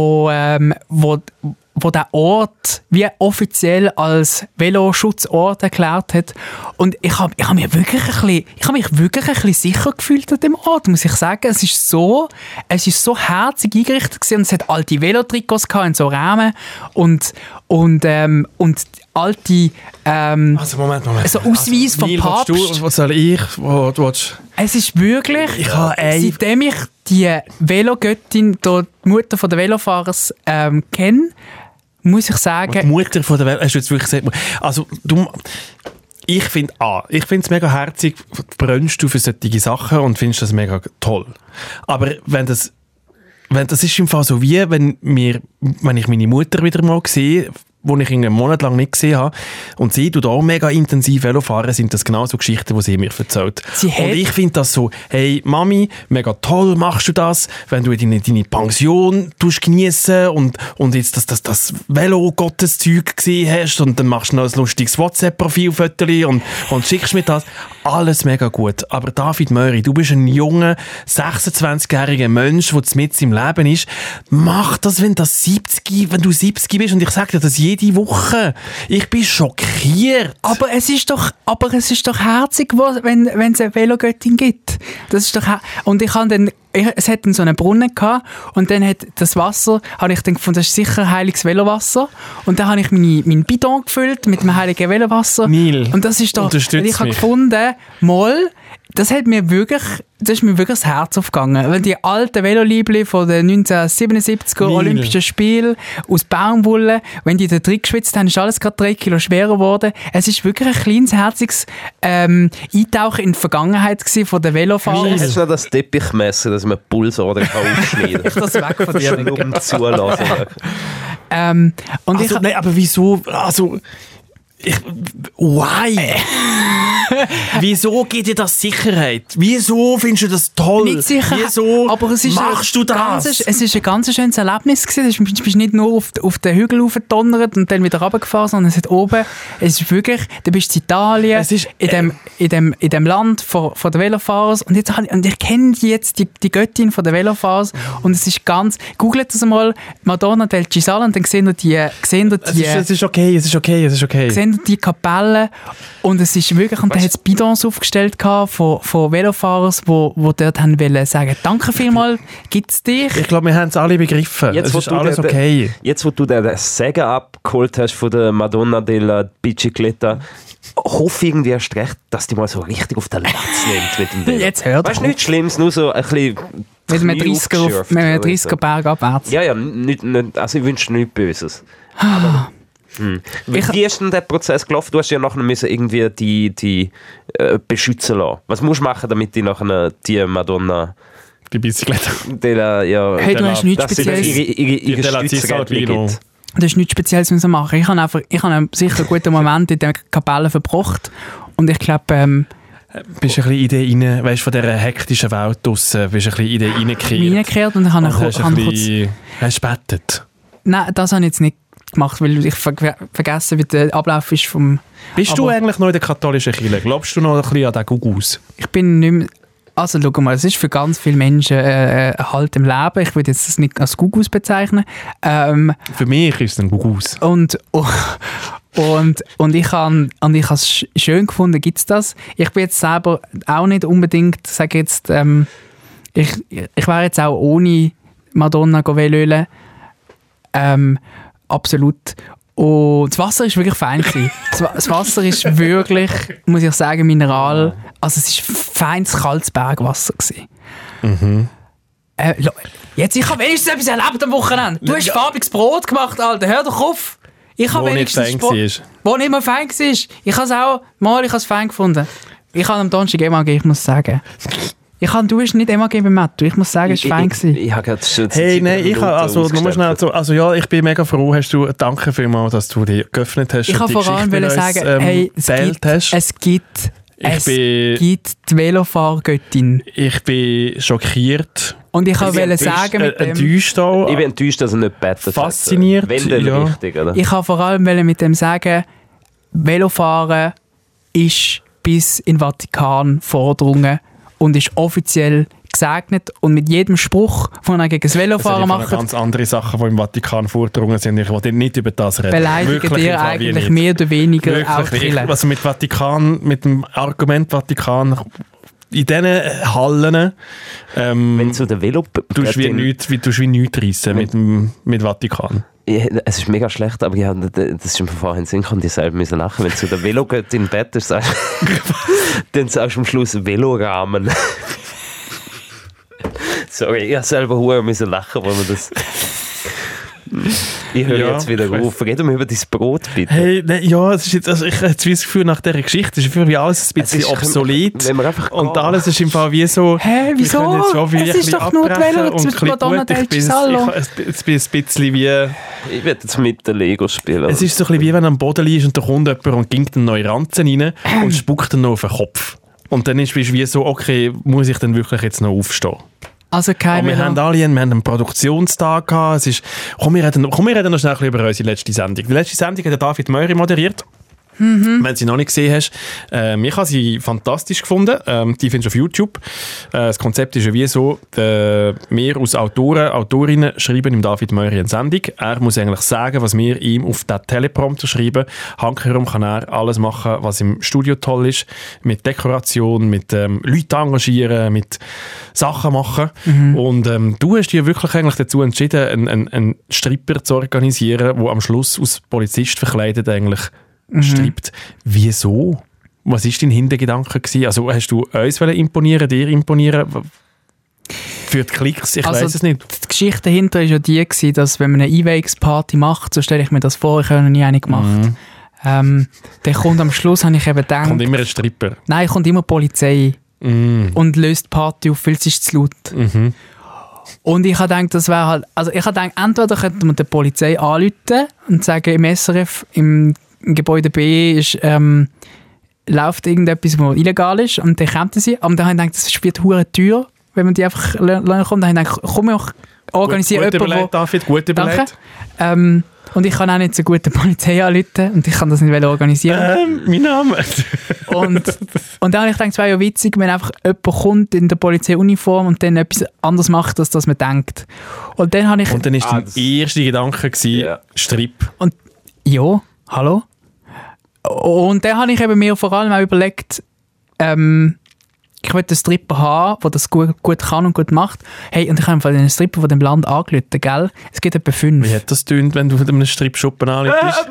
Wo der Ort wie offiziell als Veloschutzort erklärt hat. Und ich hab mich wirklich ein bisschen sicher gefühlt an dem Ort, muss ich sagen. Es ist so herzig eingerichtet gewesen, und es hat alte Velotrikots in so Rahmen und alte also Moment. so Ausweis vom Papst. Was soll ich? Es ist wirklich, seitdem ich die Velogöttin, die Mutter von der Velofahrer kenne, muss ich sagen... Die Mutter von der Welt, hast du jetzt wirklich gesagt? Also, ich finde es mega herzig, brennst du für solche Sachen und findest das mega toll. Aber wenn das ist im Fall so wie, wenn ich meine Mutter wieder mal sehe, die ich einen Monat lang nicht gesehen habe, und sie tut auch mega intensiv Velofahren, sind das genau so Geschichten, die sie mir erzählt. Und ich finde das so, hey Mami, mega toll machst du das, wenn du deine Pension geniessen und jetzt das Velo-Gotteszeug gesehen hast und dann machst du noch ein lustiges WhatsApp-Profilfoto und schickst mir das. Alles mega gut. Aber David Möri, du bist ein junger, 26-jähriger Mensch, der mitten im Leben ist. Mach das, wenn du 70 bist, und ich sage dir das jede Woche. Ich bin schockiert. Aber es ist doch herzig, wenn es eine Velogöttin gibt. Das ist doch und es hat dann so einen Brunnen gehabt und dann hat das Wasser, habe ich dann gefunden, das ist sicher heiliges Velowasser, und dann habe ich meinen Bidon gefüllt mit dem heiligen Velowasser. Neil, und das ist doch, ich habe gefunden, das ist mir wirklich das Herz aufgegangen. Weil die alten Veloliebli von den 1977er Olympischen Spielen aus Baumwolle, wenn die da drin geschwitzt haben, ist alles gerade 3 Kilo schwerer geworden. Es ist wirklich ein kleines, herziges Eintauchen in die Vergangenheit von den Velofahrern. Hast du noch das Teppichmesser, dass man Pulsader aufschneiden kann? Ich das weg von dir. Nur zulassen. Nein, aber wieso? Why? Wieso gibt dir das Sicherheit? Wieso findest du das toll? Nicht sicher, wieso aber es ist machst du das? Es ist ein ganz schönes Erlebnis gewesen. Du bist nicht nur auf den Hügel aufgedonnert und dann wieder runtergefahren, sondern es ist oben, es ist wirklich, du bist in Italien, es ist, in dem Land von der Velofahrer, und ich kenne jetzt die Göttin von der Velofahrer, und es ist ganz, googelt das mal, Madonna del Cisale, und dann sehen wir die es ist okay. Sehen die Kapelle, und es ist wirklich, und da hat es Bidons aufgestellt von Velofahrern, die dort haben wollen sagen, danke vielmals, gibt's dich? Ich glaube, wir haben es alle begriffen. Jetzt, es ist alles okay. Jetzt, wo du den Segen abgeholt hast von der Madonna della Bicicletta, hoffe irgendwie erst recht, dass die mal so richtig auf den Latz nimmt mit dem Velo. Jetzt hört weißt du, nichts Schlimmes, nur so ein bisschen mit einem 30er Berg abwärts. Ja, nicht, also ich wünsche dir nichts Böses. Aber, wie ist denn der Prozess gelaufen? Du hast ja nachher müssen irgendwie die beschützen lassen. Was musst du machen, damit die nachher die Madonna... Die Bicyclette. Hey, du hast nichts Spezielles. Ihre Stützrädchen gibt. Du hast nichts Spezielles müssen machen. Ich habe sicher einen guten Moment in der Kapelle verbracht. Und ich glaube... bist ein bisschen in die weißt, von dieser hektischen Welt draussen, bist ein bisschen in die reingekehrt. Und habe hast du gebetet? Nein, das habe ich jetzt nicht gemacht, weil ich vergessen, wie der Ablauf ist vom... Bist du eigentlich noch in der katholischen Kirche? Glaubst du noch ein bisschen an den Gugus? Ich bin nicht mehr... Also schau mal, es ist für ganz viele Menschen Halt im Leben. Ich würde jetzt das nicht als Gugus bezeichnen. Für mich ist es ein Gugus. Und ich habe es schön gefunden, gibt es das. Ich bin jetzt selber auch nicht unbedingt, sage jetzt, ich wäre jetzt auch ohne Madonna Velöle. Absolut. Und das Wasser ist wirklich fein gewesen. Das Wasser ist wirklich, muss ich sagen, mineral. Also es ist feines, kaltes Bergwasser gewesen. Jetzt, ich habe wenigstens etwas erlebt am Wochenende. Du hast farbiges Brot gemacht, Alter. Hör doch auf. Ich habe wenigstens Wo nicht mal fein war. Ich habe es auch mal fein gefunden. Ich habe am Donnerstag MAG, ich muss sagen. Du hast nicht MAG bei Matthew. Ich muss sagen, es war fein gewesen. Ich habe gerade schon ich bin mega froh, danke vielmals, dass du dich geöffnet hast. Ich kann vor allem sagen, es gibt die Velofahrgöttin. Ich bin schockiert. Und ich wollte sagen, mit dem... Ich bin enttäuscht, dass er nicht bettet. Fasziniert. Richtig, oder? Ich kann vor allem mit dem sagen, Velofahren ist bis in den Vatikan vorgedrungen und ist offiziell gesegnet. Und mit jedem Spruch, den er gegen das Velofahren macht... ganz andere Sachen, die im Vatikan vorgedrungen sind. Ich will nicht über das reden. Beleidigen dir eigentlich mehr oder weniger auch Kirche. Also mit dem Argument Vatikan... In diesen Hallen wenn zu der Velo tust wie nichts reissen mit Vatikan. Es ist mega schlecht, aber ja, das ist mir vorhin Sinn, kann ich selber müssen lachen. Wenn du zu der Velo geht in Bett ist, dann sagst du am Schluss Velorahmen. Sorry, ich habe selber müssen lachen, weil man das... Ich höre jetzt wieder auf. Reden wir über dein Brot, bitte. Hey, es ist jetzt, ich habe jetzt das Gefühl, nach dieser Geschichte ist für alles ein bisschen obsolet. Und alles ist im Fall wie so... Hä, wieso? Es ist doch nur die Velo zu Madonna del Cisallo. Ich bin ein bisschen wie... Ich werde jetzt mit den Lego spielen. Es ist so ein bisschen wie wenn du am Boden liegst und da kommt jemand und gingt einen neuen Ranzen rein und spuckt dann noch auf den Kopf. Und dann ist es wie so, okay, muss ich dann wirklich jetzt noch aufstehen? Also wir haben einen Produktionstag gehabt. Es ist, komm, wir reden noch schnell über unsere letzte Sendung. Die letzte Sendung hat David Möri moderiert. Wenn du sie noch nicht gesehen hast. Ich habe sie fantastisch gefunden. Die findest du auf YouTube. Das Konzept ist ja wie so, wir als Autorinnen schreiben im David Möri eine Sendung. Er muss eigentlich sagen, was wir ihm auf den Teleprompter schreiben. Handkehrum kann er alles machen, was im Studio toll ist. Mit Dekoration, mit Leuten engagieren, mit Sachen machen. Und du hast dich wirklich eigentlich dazu entschieden, einen Stripper zu organisieren, der am Schluss als Polizist verkleidet eigentlich strippt. Wieso? Was war dein Hintergedanke gewesen? Also hast du uns imponieren, dir imponieren? Für die Klicks? Ich weiss es nicht. Die Geschichte dahinter war ja die, dass wenn man eine E-Wakes-Party macht, so stelle ich mir das vor, ich habe noch nie eine gemacht. Dann kommt am Schluss, habe ich eben gedacht... Kommt immer ein Stripper? Nein, kommt immer Polizei. Und löst die Party auf, weil es ist zu laut. Und ich habe gedacht, das wäre halt... Also ich habe gedacht, entweder könnte man der Polizei anrufen und sagen, im SRF, im Gebäude B ist, läuft irgendetwas, was illegal ist, und dann kommt sie. Aber dann habe ich gedacht, das spielt hure teuer, wenn man die einfach kommt. Dann habe ich gedacht, komm, ich organisiere jemanden, David, gut überlegt. Und ich kann auch nicht so gut die Polizei anrufen und ich kann das nicht organisieren. Mein Name. und dann habe ich gedacht, es wäre ja witzig, wenn einfach jemand kommt in der Polizeiuniform und dann etwas anderes macht, als das man denkt. Und dann habe ich... Und dann war dein erster Gedanke Strip. Und ja, hallo? Und dann habe ich eben mir vor allem auch überlegt, ich will einen Stripper haben, der das gut kann und gut macht. Hey, und ich habe einen Stripper von dem Land angerufen, gell? Es gibt etwa 5. Wie hat das getönt, wenn du von einem Strip-Schuppen anrufst?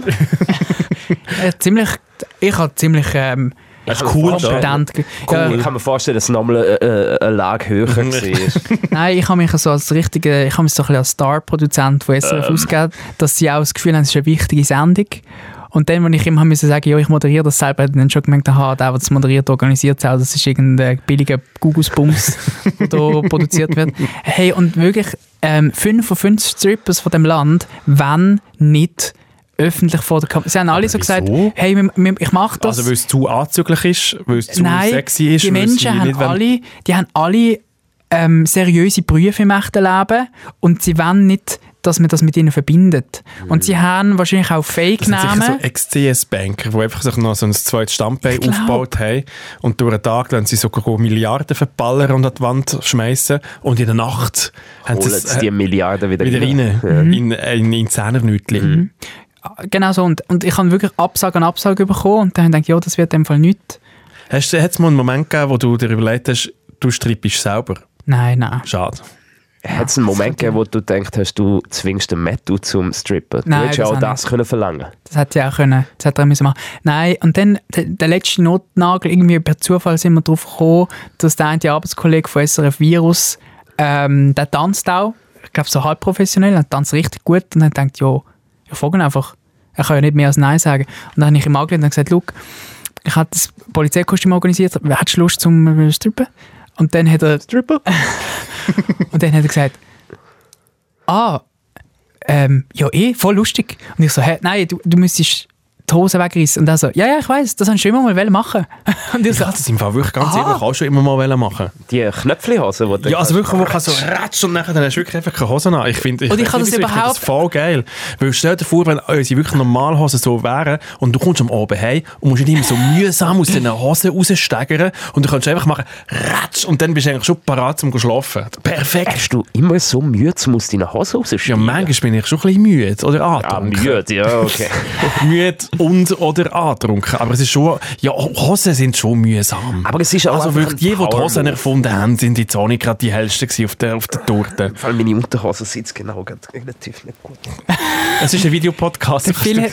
Ich habe ziemlich das ist cool, kompetent. Cool. Ich kann mir vorstellen, dass es nochmal eine Lage höher war. Nein, ich habe mich so als richtiger, ich habe mich so ein bisschen als Star-Produzent von SRF ausgegeben, dass sie auch das Gefühl haben, es ist eine wichtige Sendung. Und dann, als ich ihm sagen musste, ja, ich moderiere das selber, hat er dann schon gemerkt, der das moderiert, organisiert es auch, das ist irgendein billiger Google-Bums, der da produziert wird. Hey, und wirklich 5 von 5 Strippers von dem Land, wenn nicht öffentlich vor der Kamera. Sie haben alle so gesagt, hey, ich mache das. Also weil es zu anzüglich ist, weil es zu sexy ist? Die Menschen haben alle seriöse Berufe im echten Leben und sie wollen nicht, dass man das mit ihnen verbindet. Und sie haben wahrscheinlich auch Fake-Namen. Das sind sicher so Ex-CS-Banker, die einfach sich noch so ein zweites Standbein aufgebaut haben und durch den Tag lassen sie sogar Milliarden verballern und an die Wand schmeißen und in der Nacht haben sie die Milliarden wieder rein. In Zehnerminütchen. Genau so. Und ich habe wirklich Absage an Absage bekommen und dann habe ich gedacht, ja, das wird in dem Fall nichts. Hat es mal einen Moment gegeben, wo du dir überlegt hast, du strippst selber? Nein. Schade. Hat es einen Moment gegeben, wo du gedacht hast, du zwingst den Matthew zum Strippen? Du hättest ja auch das können verlangen. Das hätte ich auch können. Das hätte er müssen machen. Nein, und dann der letzte Notnagel, irgendwie per Zufall sind wir darauf gekommen, dass der eine Arbeitskollege von SRF Virus, der tanzt auch ich glaube, so halb professionell, er tanzt richtig gut und dann denkt, ja, ich frage ihn einfach. Er kann ja nicht mehr als Nein sagen. Und dann habe ich ihm angelehnt und gesagt, schau, ich habe das Polizeikostüm organisiert, hättest du Lust zum Strippen? Und dann hat er... Stripper? Und dann hat er gesagt, ja voll lustig. Und ich so, nein, du müsstest die Hose wegreißen. Und er so, ja, ich weiss, das hast du immer mal machen. Und ich wollte das im Fall wirklich ganz ehrlich auch schon immer mal machen. Die Knöpfchenhose, die ja, also wirklich, wo du so ratsch und nachher dann hast du wirklich einfach keine Hose an. Ich finde das voll geil. Weil stell dir vor, wenn unsere wirklich Normalhosen so wären und du kommst am Abend heim und musst nicht immer so mühsam aus diesen Hosen raussteigern und du kannst einfach machen, ratsch, und dann bist du eigentlich schon parat zum schlafen. Perfekt. Hast du immer so Mühe, um aus deinen Hosen raussteigen? Ja, manchmal bin ich schon ein bisschen müde oder angetrunken. Ja, müde, ja, okay. Müde oder angetrunken. Aber es ist schon, ja, Hosen sind schon mühsam. Aber es ist auch also wirklich, die Hosen erfunden haben, sind jetzt auch nicht gerade die hellsten auf der Torte. Vor allem meine Unterhose sitzt genau relativ nicht gut. Es ist ein Videopodcast.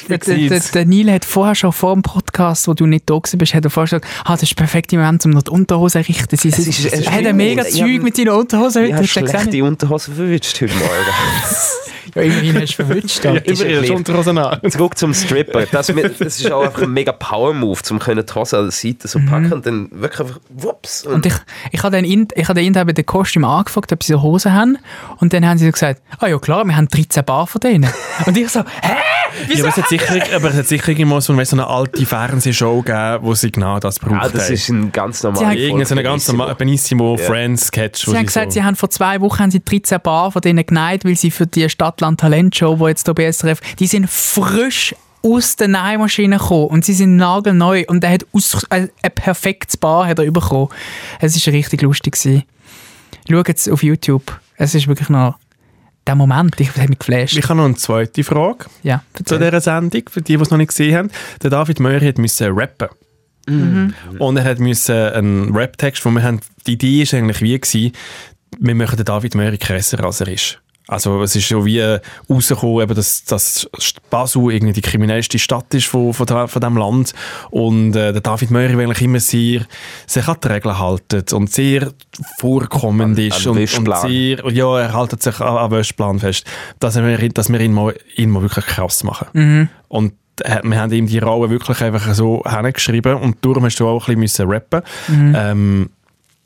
Der Neil hat vorher schon vor dem Podcast, wo du nicht da bist, hat er vorher gesagt, das ist der perfekte Moment, um noch die Unterhose zu richten. Er hat ein mega Zeug mit seinen Unterhosen heute. Ich habe schlechte Unterhosen verwünscht heute Morgen. Ja, immerhin hast du verwünscht. Immerhin hast du Unterhosen an. Zurück zum Stripper. Das ist auch einfach ein mega Power-Move, um die Hose an der Seite so packen und dann wirklich einfach wups. Und ich habe den bei den Kostümen angefragt, ob sie so Hosen haben. Und dann haben sie so gesagt, ja klar, wir haben 13 Paar von denen. Und ich so, hä? Wieso? Ja, aber es hat sicher immer so eine alte Fernsehshow gegeben, wo sie genau das braucht. Ja, das ist ein ganz normaler Irgendein ganz normaler Benissimo Friends-Sketch. Sie haben gesagt, sie haben vor 2 Wochen 13 Paar von denen geneigt, weil sie für die Stadtland-Talent-Show, die jetzt hier bei SRF, die sind frisch aus der Nähmaschine gekommen und sie sind nagelneu und er hat ein perfektes Paar hat er bekommen. Es war richtig lustig. Schaut es auf YouTube. Es ist wirklich noch der Moment, ich habe mich geflasht. Ich habe noch eine zweite Frage zu dieser Sendung, für die es noch nicht gesehen haben. Der David Möri musste rappen. Mhm. Und er musste einen Rap-Text, wo wir haben, die Idee war eigentlich wie, wir machen den David Möri krasser, als er ist. Also es ist schon wie rausgekommen, dass Basel irgendwie die kriminellste Stadt ist von diesem Land und der David Möri eigentlich immer sich an die Regeln halten und sehr vorkommend ist und sehr, ja, er hält sich an Wäschplan fest, dass wir ihn mal wirklich krass machen. Mhm. Und wir haben ihm die Rolle wirklich einfach so hingeschrieben und darum hast du auch ein bisschen rappen müssen. Mhm.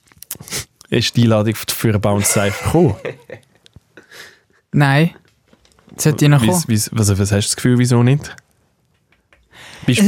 Ist die Einladung für einen Bounce Cypher gekommen? Nein. Sollte ich noch kommen? Was hast du das Gefühl, wieso nicht? Wieso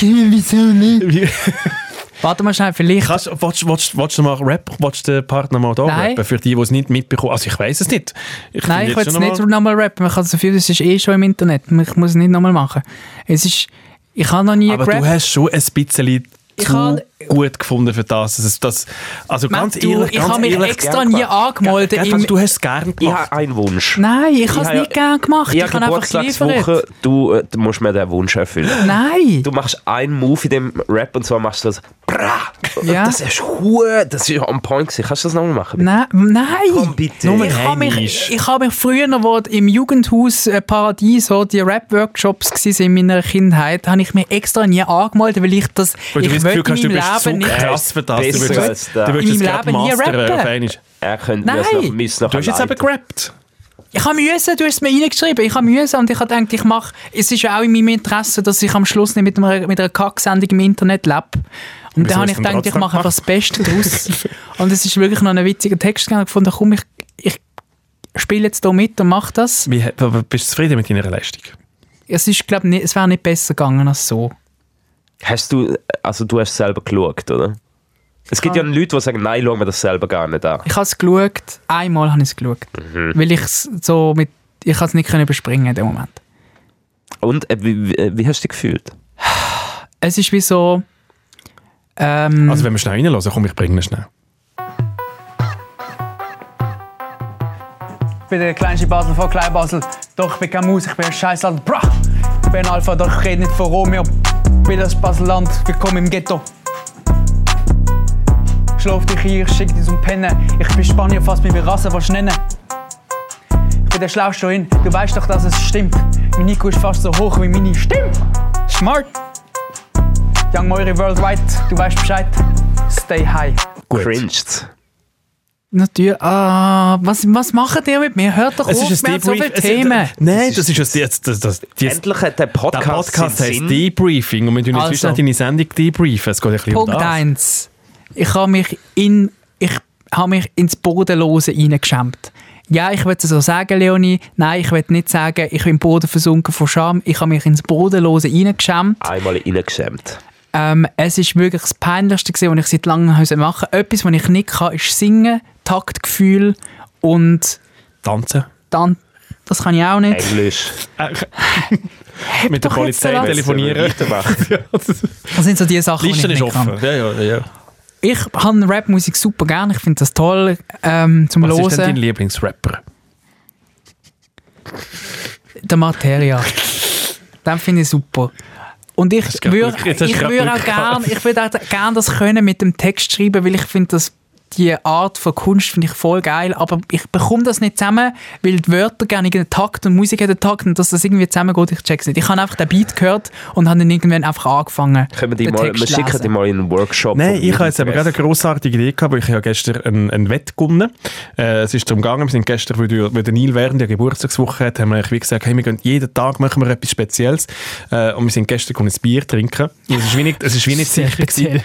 nicht? Warte mal schnell, vielleicht... Willst du mal rappen? Willst du den Partner mal da rappen? Für die es nicht mitbekommen? Also ich weiss es nicht. Ich will jetzt nicht nochmal rappen. Man kann so viel, das ist schon im Internet. Ich muss es nicht nochmal machen. Ich habe noch nie gerappt. Aber du hast schon ein bisschen... gut gefunden für das. Also ganz ehrlich, ich habe mich extra nie angemeldet. Du hast es gerne gemacht. Ich habe einen Wunsch. Nein, ich habe es nicht gerne gemacht. Ich habe einfach geliefert. Du musst mir den Wunsch erfüllen. Nein. Du machst einen Move in dem Rap und zwar machst du das ja. Das ist on point gewesen. Kannst du das nochmal machen? Nein. Komm bitte. Ich habe mich früher, wo im Jugendhaus Paradies die Rap-Workshops waren in meiner Kindheit, habe ich mich extra nie angemeldet, weil ich das... Ich möchte in meinem Leben nicht... krass für das. Du würdest in meinem Leben nie rappen. Er könnte das noch Du hast jetzt aber gerappt. Ich habe müssen, du hast es mir reingeschrieben, ich habe müssen und ich habe gedacht, es ist ja auch in meinem Interesse, dass ich am Schluss nicht mit einer Kacksendung im Internet lebe. Und dann habe ich gedacht, ich mache einfach das Beste daraus. Und es ist wirklich noch ein witziger Text gefunden, komm, ich spiele jetzt hier mit und mache das. Bist du zufrieden mit deiner Leistung? Es wäre nicht besser gegangen als so. Du hast es selber geschaut, oder? Es gibt ja Leute, die sagen, nein, schau mir das selber gar nicht an. Ich habe es geschaut, einmal habe ich es geschaut. Mhm. Weil ich es nicht überspringen in dem Moment. Und wie hast du dich gefühlt? Es ist wie so... also wenn wir schnell reinhören, komm, ich bringe ihn schnell. Ich bin der kleinste Basel von Kleinbasel. Doch ich bin kein Maus, ich bin ein Scheissland. Ich bin Alpha, doch ich rede nicht von Romeo. Ich bin das Baselland, willkommen im Ghetto. Schlaf dich hier, schick dich zum Pennen. Ich bin Spanier, fast wie Rasse, was nennen. Ich bin der Schlauste hin, du weißt doch, dass es stimmt. Mein IQ ist fast so hoch wie meine Stimme. Smart. Young Moiri worldwide, du weißt Bescheid. Stay high. Cringed. Natürlich. Was macht ihr mit mir? Hört doch auf, wir haben so viele Themen. Nein, das ist endlich hat der Podcast heißt Debriefing und wir tun jetzt deine Sendung debriefen. Es geht ein bisschen Punkt 1. Ich habe mich ins Bodenlose reingeschämt. Ja, ich würde es so sagen, Leonie. Nein, ich will nicht sagen, ich bin im Boden versunken vor Scham. Ich habe mich ins Bodenlose reingeschämt. Einmal reingeschämt. Es ist wirklich das Peinlichste, was ich seit langem machen musste. Etwas, was ich nicht kann, ist singen, Taktgefühl und... Tanzen. Das kann ich auch nicht. Englisch. Mit der Polizei telefonieren. Das sind so die Sachen, die ich nicht kann. Ja. Ich habe Rapmusik super gerne. Ich finde das toll zum Hören. Was ist denn dein Lieblingsrapper? Der Materia. Den finde ich super. Und ich würde auch gerne das können mit dem Text schreiben, weil ich finde, dass die Art von Kunst finde ich voll geil, aber ich bekomme das nicht zusammen, weil die Wörter gerne einen Takt und Musik hat einen Takt und dass das irgendwie zusammengeht, ich check's nicht. Ich habe einfach den Beat gehört und habe dann irgendwann einfach angefangen. Wir schicken die mal in einen Workshop. Nein, ich habe jetzt aber gerade eine grossartige Idee gehabt, weil ich habe gestern ein Wett gewonnen. Es ist darum gegangen, wir sind gestern, weil der Neil während der Geburtstagswoche hat, haben wir wie gesagt, hey, wir gehen jeden Tag machen wir etwas Spezielles und wir sind gestern ein Bier trinken. Es ist wie nicht sicher gewesen,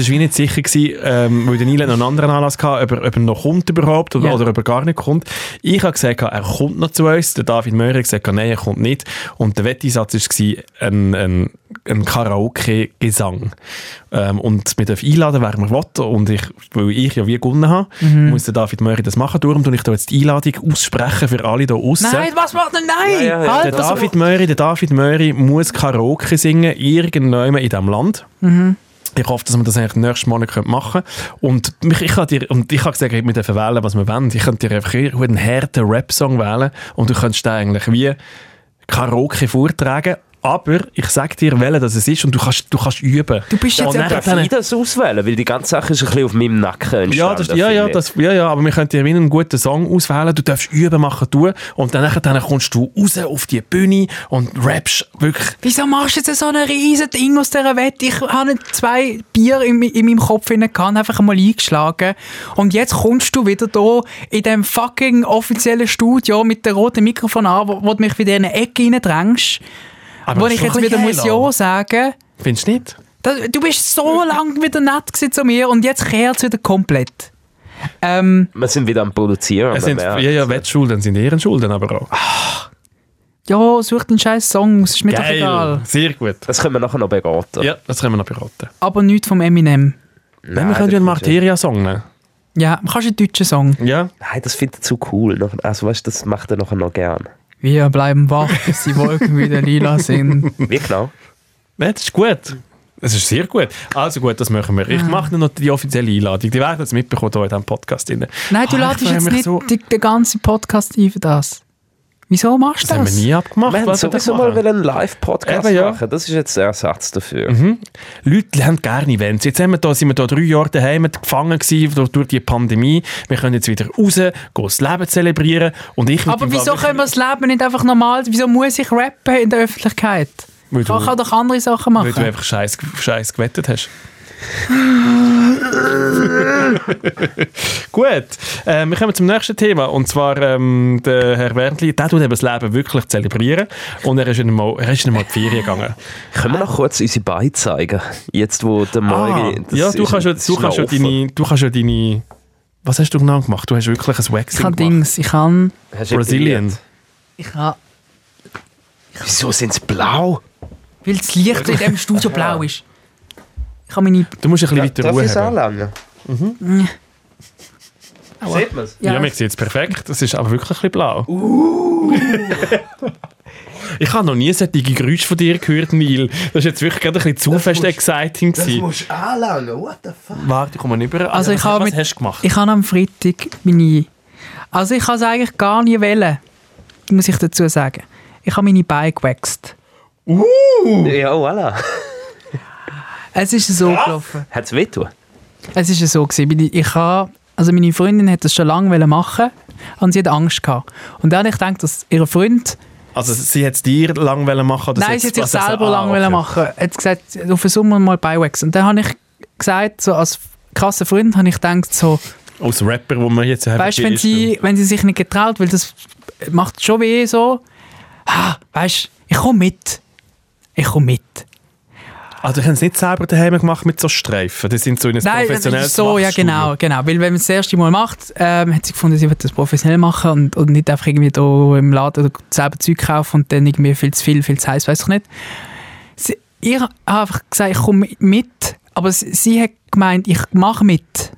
weil der Neil noch einen anderen Anlass gehabt, ob er noch kommt überhaupt oder ob er gar nicht kommt. Ich habe gesagt, er kommt noch zu uns. Der David Möhrer hat gesagt, nein, er kommt nicht. Und der Wetteinsatz war ein Karaoke-Gesang. Und wir dürfen einladen, wer wir wollen. Und weil ich ja wie gewonnen habe, muss der David Möhrer das machen. Darum tue ich da jetzt die Einladung aussprechen für alle da aussen. Nein, was macht denn? Nein! Ja. Halt, der David Möhrer muss Karaoke singen, irgendwann in diesem Land. Ich hoffe, dass wir das eigentlich nächstes Mal nicht machen können. Und ich habe gesagt, wir dürfen wählen, was wir wollen. Ich könnte dir einfach einen harten Rap-Song wählen und du könntest den eigentlich wie Karaoke vortragen. Aber ich sage dir, welcher das ist und du kannst üben. Du bist jetzt darf ich das auswählen, weil die ganze Sache ist ein bisschen auf meinem Nacken entstanden. Ja, aber wir können dir einen guten Song auswählen. Du darfst üben, machen, tun und dann kommst du raus auf die Bühne und rappst wirklich. Wieso machst du jetzt so ein riesen Ding aus dieser Wette? Ich habe 2 Bier in meinem Kopf einfach einmal eingeschlagen und jetzt kommst du wieder hier in diesem fucking offiziellen Studio mit dem roten Mikrofon an, wo du mich wieder in eine Ecke reindrängst. Aber wo ich jetzt wieder muss ja sagen. Findest du nicht? Du bist so lange wieder nett zu mir und jetzt kehrt es wieder komplett. Wir sind wieder am Produzieren. Wettschulden sind Ehrenschulden, aber auch. Ja, such den scheiß Song aus, ist mir doch egal. Sehr gut. Das können wir nachher noch beraten. Ja, das können wir noch beraten. Aber nichts vom Eminem. Nein, wir können ja einen Materia-Song nehmen. Ja, kannst du einen deutschen Song? Ja. Nein, das finde ich zu cool. Also weißt du, das macht er nachher noch gern. Wir bleiben wach, bis die Wolken wieder lila sind. Wie genau? Nein, das ist gut. Das ist sehr gut. Also gut, das machen wir. Ich mache noch die offizielle Einladung. Die werden jetzt mitbekommen hier in diesem Podcast. Nein, du ladest jetzt nicht so den ganzen Podcast ein für das. Wieso machst du das? Das haben wir nie abgemacht. Wir haben sowieso mal einen Live-Podcast machen. Das ist jetzt der Ersatz dafür. Leute haben gerne Events. Jetzt sind wir 3 Jahre daheim gefangen gewesen durch die Pandemie. Wir können jetzt wieder raus, gehen das Leben zelebrieren. Und aber wieso können wir das Leben nicht einfach normal... Wieso muss ich rappen in der Öffentlichkeit? Ich kann doch andere Sachen machen. Weil du einfach Scheiß gewettet hast. Gut, wir kommen zum nächsten Thema und zwar der Herr Wernli, der tut eben das Leben wirklich zelebrieren und er ist nicht mal in die Ferien gegangen. Können wir noch kurz unsere Beine zeigen? Jetzt wo der Morgen... Ja, du kannst ja deine... Was hast du genau gemacht? Du hast wirklich ein Waxing gemacht. Ich kann... Brazilian. Wieso sind sie blau? Weil das Licht in diesem Studio blau ist. Du musst ein bisschen weiter Ruhe haben. Anlangen? Sieht man es? Ja, man sieht es perfekt. Das ist aber wirklich ein bisschen blau. Ich habe noch nie solche Geräusche von dir gehört, Neil. Das ist jetzt wirklich gerade ein bisschen zu fest exciting gewesen. Das musst du anlangen. What the fuck? Warte, ich komme nicht über. Also was hast du gemacht? Ich habe am Freitag meine... Also ich kann es eigentlich gar nicht wählen, muss ich dazu sagen. Ich habe meine Beine gewächst. Ja, voilà. Es ist so gelaufen. Hat es wehgetan? Es ist so gewesen. Meine Freundin hat das schon lange machen und sie hat Angst gehabt. Und dann habe ich gedacht, dass ihr Freund... Also sie hat es dir lange machen? Oder nein, sie hat sich selber lange machen. Sie hat gesagt, auf den Sommer mal beiwachsen. Und dann habe ich gesagt, so als krasser Freund, habe ich gedacht, so, Als Rapper, wo man jetzt weißt du, wenn sie sich nicht getraut, weil das macht schon weh so. Weißt du, ich komme mit. Also, ich habe es nicht selber daheim gemacht mit so Streifen. Das sind so in ein professionelles so, ja, genau. Weil wenn man es das erste Mal macht, hat sie gefunden, sie würde das professionell machen und nicht einfach irgendwie da im Laden selber Zeug kaufen und dann irgendwie viel zu heiß, weiß ich nicht. Ich habe einfach gesagt, ich komme mit, aber sie hat gemeint, ich mache mit.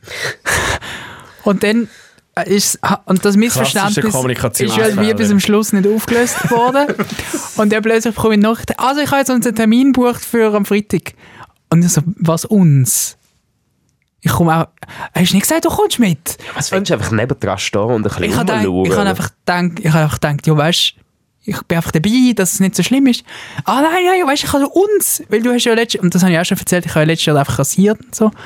Und dann und das Missverständnis ist halt wie bis zum Schluss nicht aufgelöst worden. Und dann plötzlich bekomme ich noch, also ich habe jetzt unseren Termin gebucht für am Freitag. Und ich so, was uns? Ich komme auch, hast du nicht gesagt, du kommst mit? Ja, was willst du einfach nebendran stehen und ein bisschen rumschauen? Ich habe einfach gedacht, ja weißt, ich bin einfach dabei, dass es nicht so schlimm ist. Nein, weißt du, ich habe uns, weil du hast ja letztes, und das habe ich auch schon erzählt, ich habe ja letztes Jahr einfach kassiert und so.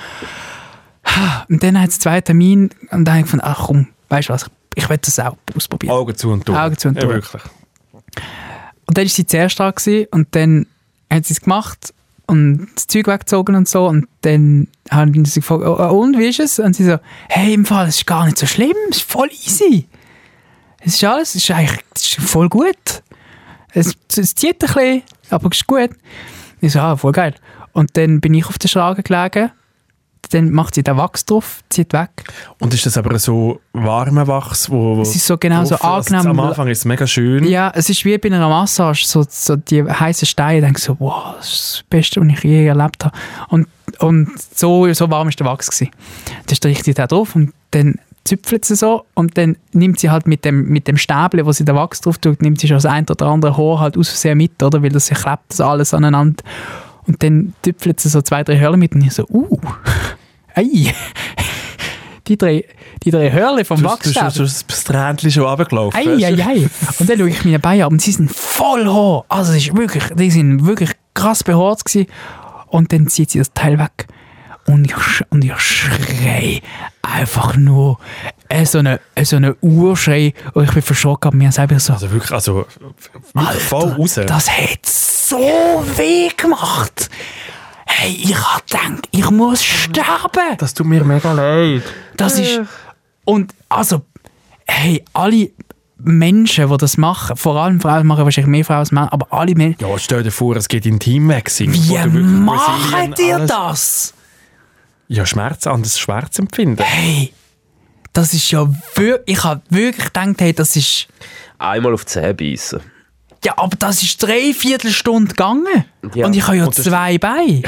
Und dann hat es 2 Termine und dann habe ich gefunden, ach komm, weißt du was, ich will das auch ausprobieren. Augen zu und durch. Ja, wirklich. Und dann war sie zuerst dran und dann hat sie es gemacht und das Zeug weggezogen und so und dann haben sie gefragt, und wie ist es? Und sie so, hey, im Fall, es ist gar nicht so schlimm, es ist voll easy. Es ist alles, es ist voll gut. Es zieht ein bisschen, aber es ist gut. Ich so, voll geil. Und dann bin ich auf der Schraube gelegen. Dann macht sie den Wachs drauf, zieht weg. Und ist das aber so warmer Wachs? Es ist so genau so angenehm. Am Anfang ist es mega schön. Ja, es ist wie bei einer Massage, so die heißen Steine. Ich denke so, wow, das ist das Beste, was ich je erlebt habe. Und so warm war der Wachs gewesen. Dann streicht sie da drauf und dann züpfelt sie so und dann nimmt sie halt mit dem Stäbchen, wo sie den Wachs drauf tut, nimmt sie schon das ein oder andere Haar halt aus Versehen mit, oder? Weil das klebt das alles aneinander. Und dann tüpfelt sie so 2, 3 Hörle mit und ich so, ei, die drei Hörle vom Wachstab. Du hast das Träntchen schon runtergelaufen. Ei. Und dann schaue ich meine Beine an und sie sind voll hoch. Also die sind wirklich krass behaart gewesen. Und dann zieht sie das Teil weg. Und ich schreie einfach nur so eine Urschrei. Und ich bin verschrocken, aber mir selber so. Also wirklich voll raus. Das hat so weh gemacht. Hey, ich habe gedacht, ich muss sterben. Das tut mir mega leid. Das ist... Und also, hey, alle Menschen, die das machen, vor allem Frauen machen wahrscheinlich mehr Frauen als Männer, aber alle Menschen... Ja, stell dir vor, es geht in Teamwechsel. Wie macht ihr das? Ja, anderes Schmerzempfinden. Hey, das ist ja wirklich... Ich habe wirklich gedacht, hey, das ist... Einmal auf die Zähne beißen. Ja, aber das ist 3/4 Stunde gegangen. Ja. Und ich habe ja 2 Beine.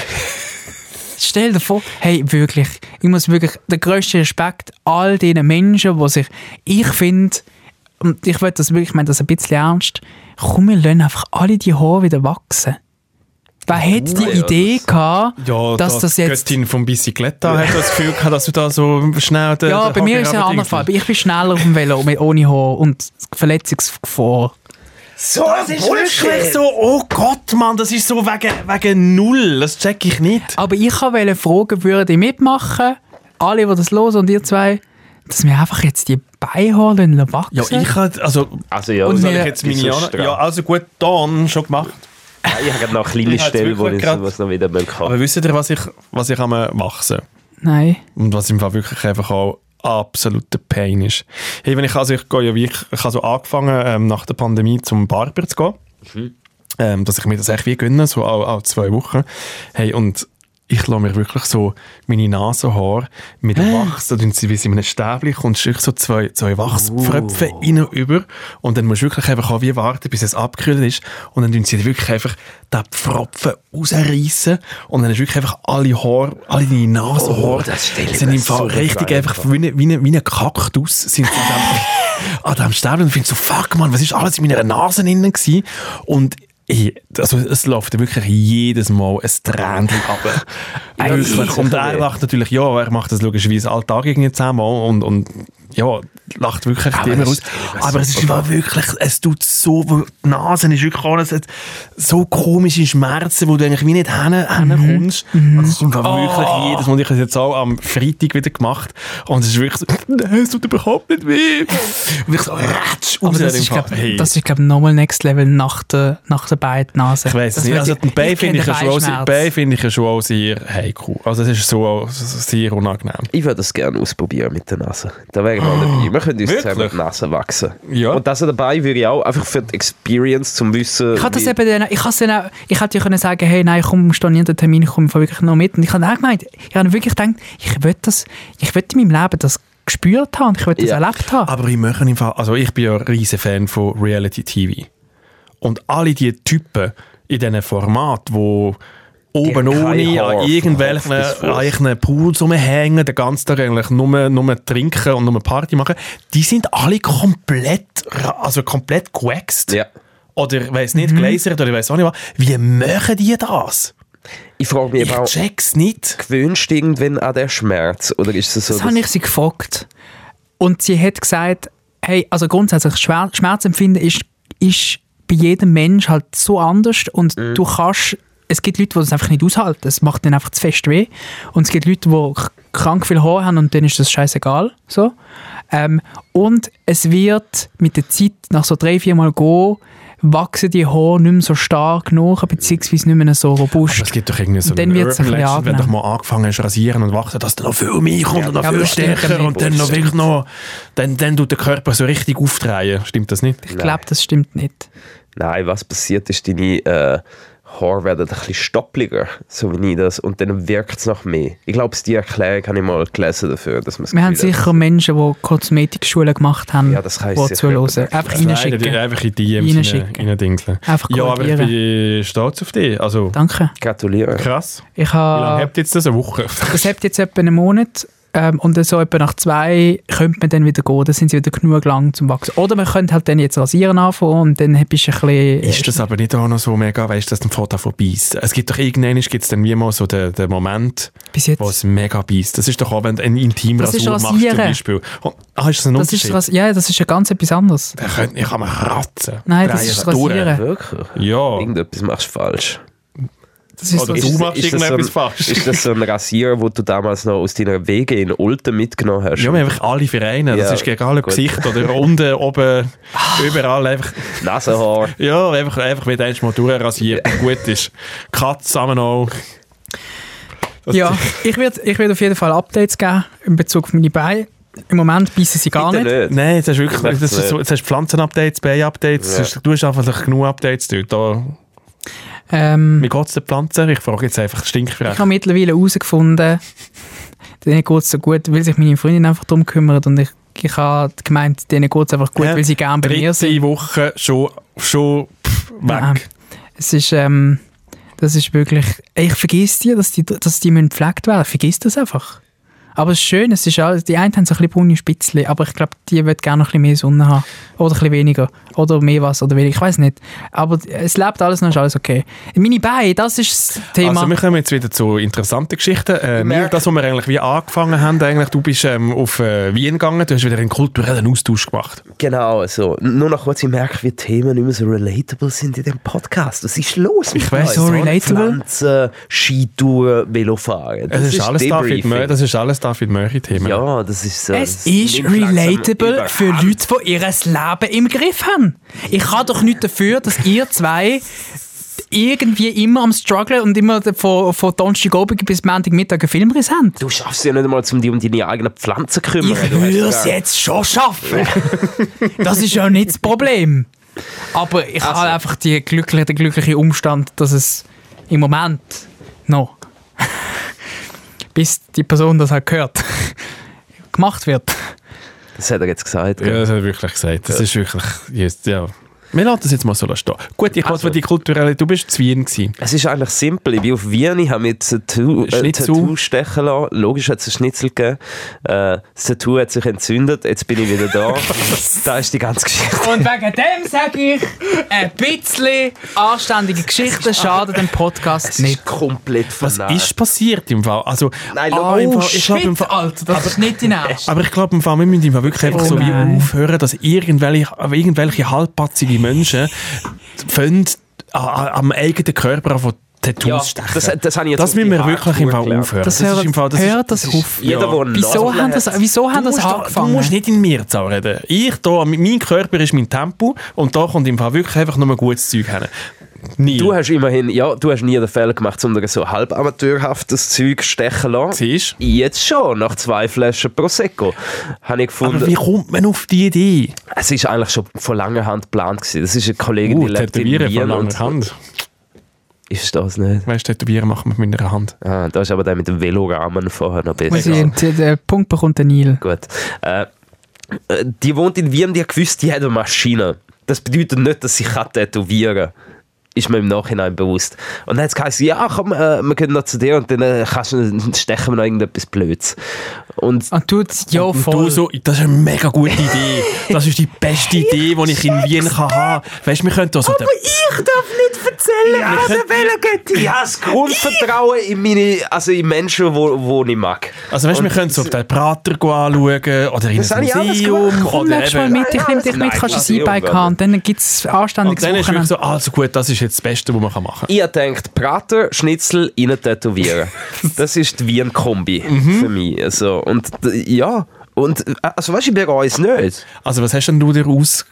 Stell dir vor, hey, wirklich, ich muss wirklich den grössten Respekt all diesen Menschen, die sich, ich finde, und ich will das wirklich, ich meine das ein bisschen ernst, komm, wir lassen einfach alle die Haare wieder wachsen. Wer hätte die Idee gehabt, dass das jetzt... Göttin vom Bicycletta hat das Gefühl gehabt, dass du da so schnell... Ja, bei mir ist es ja ein anderer Fall. Ich bin schneller auf dem Velo ohne Haar und Verletzungsgefahr. So, das ist wirklich so, oh Gott, Mann, das ist so wegen null, das check ich nicht. Aber ich wollte fragen, würdet ihr mitmachen, alle, die das hören und ihr zwei, dass wir einfach jetzt die Beinhaare wachsen? Ja, ich habe, also ja, und soll ich jetzt meine ja, also gut, dann schon gemacht. Ja, ich habe noch eine kleine Stelle, wo ich was noch wieder kann. Aber wisst ihr, was ich am wachsen? Nein. Und was im Fall wirklich einfach auch absoluter Pain ist. Hey, ich habe so angefangen, nach der Pandemie zum Barber zu gehen. Dass ich mir das echt wie gönne, so alle 2 Wochen. Hey, und ich lasse mir wirklich so meine Nasenhaare mit Wachs, da tun sie wie in einem Stäbchen, kommst du so zwei Wachspfröpfe rein über und dann musst du wirklich einfach auch wie warten, bis es abgekühlt ist und dann tun sie wirklich einfach den Pfropfen rausreißen und dann hast du wirklich einfach alle deine Nasenhaare, sind im Fall richtig einfach wie ein Kaktus, sind sie an diesem Stäbchen und findest so, fuck man, was ist alles in meiner Nase drin gewesen? Und also es läuft wirklich jedes Mal ein Tränchen runter. Und er macht natürlich, er macht das logischerweise alltag irgendwie 10 Mal und lacht wirklich immer aus. Aber es ist wirklich, es tut so, die Nase ist wirklich alles so komische Schmerzen, wo du eigentlich wie nicht hinkommst. Das ist wirklich jedes Mal, ich habe es jetzt auch am Freitag wieder gemacht und es ist wirklich so, nein, es tut überhaupt nicht weh. Und ich so, aber das ist, glaube ich, nochmal Next Level nach der beiden Nase. Ich weiss es nicht, also den Bein finde ich ja schon auch sehr heikel. Also es ist so sehr unangenehm. Ich würde das gerne ausprobieren mit der Nase. Da wäre ich mal dabei. Wir können uns zusammen die Nase wachsen. Ja. Und das dabei würde ich auch einfach für die Experience, zum Wissen... Ich hätte ja können sagen, hey, nein, komm, stehe nie an den Termin, ich komme wirklich noch mit. Und ich habe auch gemeint, ich habe wirklich gedacht, ich will in meinem Leben das gespürt haben und ich will das erlebt haben. Aber ich möchte im Fall, also ich bin ja ein riesen Fan von Reality TV. Und alle die Typen in diesen Formaten, die oben ohne an irgendwelchen Pools rumhängen, den ganzen Tag eigentlich nur trinken und nur Party machen, die sind alle komplett gewaxt. Ja. Oder ich weiss nicht, glasert oder ich weiss auch nicht was. Wie machen die das? Ich frage mich auch, check's nicht. Gewöhnst du irgendwann an den Schmerz? Oder ist es so, das habe ich sie gefragt. Und sie hat gesagt, hey, also grundsätzlich Schmerzempfinden ist bei jedem Mensch halt so anders und du kannst... Es gibt Leute, die das einfach nicht aushalten. Es macht ihnen einfach zu fest weh. Und es gibt Leute, die krank viel Haar haben und denen ist das scheißegal. So. Und es wird mit der Zeit, nach so 3-4 Mal gehen, wachsen die Haare nicht mehr so stark nach, beziehungsweise nicht mehr so robust. Aber es gibt doch irgendwie so einen Urban Legend, wenn du mal angefangen hast zu rasieren und wachsen, dass dann noch viel mehr kommt und noch viel stärker und dann noch wirklich noch... Dann tut der Körper so richtig aufdrehen. Stimmt das nicht? Ich glaube, das stimmt nicht. Nein, was passiert ist, deine... Haare werden ein bisschen stoppliger, so wie ich das, und dann wirkt es noch mehr. Ich glaube, die Erklärung habe ich mal gelesen dafür. Dass wir haben sicher Menschen, die Kosmetikschulen gemacht haben, die zuhören. Einfach reinschicken. Einfach in die reindingseln. Ja, aber ich bin stolz auf dich. Also, danke. Gratuliere. Krass. Wie lange habt ihr jetzt das? Eine Woche? Das habt jetzt etwa einen Monat. Und so etwa nach 2 könnte man dann wieder gehen. Dann sind sie wieder genug lang zum Wachsen. Oder man könnte halt dann jetzt rasieren anfangen und dann bist du ein bisschen... Ist das aber nicht auch noch so mega, weißt du, dass dann fährt davon beißt? Es gibt doch irgendwann dann wie mal so den Moment, wo es mega beißt. Das ist doch auch, wenn du eine Intimrasur machst zum Beispiel. Ist das ein Unterschied? Das ist ja ganz etwas anderes. Ich kann mich kratzen. Nein, das ist Rasieren. Wirklich? Ja. Irgendetwas machst du falsch. Oder du machst irgendetwas falsch. Ist das so ein Rasierer, den du damals noch aus deiner Wege in Olten mitgenommen hast? Ja, wir haben einfach alle Vereine. Das ist gegen alle Gesicht oder unten, oben, überall einfach... Nasenhaar. Ja, einfach mit einmal mal durchrasiert und gut ist. Katz zusammen auch. Ja, ich werd auf jeden Fall Updates geben in Bezug auf meine Beine. Im Moment beißen sie gar nicht. Nein, jetzt hast du wirklich jetzt hast Pflanzen-Updates, Bein-Updates. Ja. Du hast einfach genug Updates dort. Wie geht es den Pflanzen? Ich frage jetzt einfach stinkfrech. Ich habe mittlerweile herausgefunden, denen geht es so gut, weil sich meine Freundin einfach darum kümmert und ich habe gemeint, denen geht es einfach gut, weil sie gerne bei mir sind. 3 Wochen schon weg. Ja, es ist, das ist wirklich, ich vergesse dass die gepflegt werden. Ich vergesse das einfach. Aber es ist schön, es ist alles, die einen haben so ein bisschen braune Spitzchen, aber ich glaube, die wollen gerne noch ein bisschen mehr Sonne haben. Oder ein bisschen weniger. Oder mehr Wasser oder weniger, ich weiß nicht. Aber es lebt alles noch, ist alles okay. Meine Beine, das ist das Thema. Also wir kommen jetzt wieder zu interessanten Geschichten. Das, was wir eigentlich wie angefangen haben, eigentlich, du bist auf Wien gegangen, du hast wieder einen kulturellen Austausch gemacht. Genau, also nur noch kurz, ich merke, wie Themen nicht mehr so relatable sind in dem Podcast. Was ist los? Ich weiß, so relatable. Pflanzen, Skitouren, Velofahren. Das ist alles David Möri-Themen. Ja, das ist so. Es ist relatable für Leute, die ihr Leben im Griff haben. Ich kann doch nicht dafür, dass ihr zwei irgendwie immer am Struggle und immer von Donnerstagabend bis Montagmittag einen Filmriss habt. Du schaffst ja nicht einmal, um dich um deine eigenen Pflanzen zu kümmern. Ich würde es jetzt schon schaffen. Das ist ja nicht das Problem. Aber ich habe einfach den glücklichen Umstand, dass es im Moment noch bis die Person das halt gehört, gemacht wird. Das hat er jetzt gesagt. Ja, das hat er wirklich gesagt. Das ist wirklich, ja. Wir lassen das jetzt mal so stehen. Gut, ich wollte die kulturelle... Du bist in Wien gewesen. Es ist eigentlich simpel. Ich bin auf Wien, ich habe mir ein Tattoo stechen lassen. Logisch hat es einen Schnitzel gegeben. Das Tattoo hat sich entzündet. Jetzt bin ich wieder da. Da ist die ganze Geschichte. Und wegen dem sage ich, ein bisschen anständige Geschichten schaden dem Podcast nicht. Ist komplett Was ist passiert im Fall? Also, nein, ich glaube im Fall... Alter, das ist nicht dein Ernst. Aber ich glaube im Fall, wir müssen im Fall wirklich einfach so wie aufhören, dass irgendwelche halbpatzige Menschen am eigenen Körper von Tattoos stechen. Das habe ich jetzt das müssen wir wirklich im Fall aufhören. Hört das auf. Wieso haben das angefangen? Du musst nicht in mir reden. Mein Körper ist mein Tempo und da kommt im Fall wirklich einfach nur gutes Zeug hin. Nie. Du hast nie den Fehler gemacht, um so halb amateurhaftes Zeug stechen lassen. Siehst? Jetzt schon, nach 2 Flaschen Prosecco. Habe ich gefunden. Aber wie kommt man auf die Idee? Es war eigentlich schon von langer Hand geplant gewesen. Das ist eine Kollegin, die lebt in Wien. Von langer Hand? Ist das nicht? Weißt du, Tätowieren machen wir mit meiner Hand. Ah, da ist aber der mit dem Velorahmen vorher noch besser. Der Punkt bekommt der Nil. Gut. Die wohnt in Wien, die hat gewusst, die hat eine Maschine. Das bedeutet nicht, dass sie tätowieren kann. Ist mir im Nachhinein bewusst. Und dann hat es geheißen, ja komm, wir gehen noch zu dir und dann stechen wir noch irgendetwas Blöds. Und ja, voll. Du so, das ist eine mega gute Idee. Das ist die beste Idee, die ich in Wien haben kann. Weißt du, wir können da so... Aber ich darf nicht erzählen, an der Welle geht. Ich habe das Grundvertrauen in Menschen, die ich mag. Also weißt du, wir können so den Prater anschauen oder in ein Museum. Komm, nächstes Mal mit, ich nehme dich mit, kannst du das E-Bike haben und dann gibt es anständiges Wochenende. Und dann ist wirklich so, also gut, das ist jetzt das Beste, was man machen kann. Ich denke, Prater, Schnitzel, rein tätowieren. Das ist die Wien-Kombi für mich. Also, und ja, und also weißt du, ich bereue es nicht. Also was hast denn du dir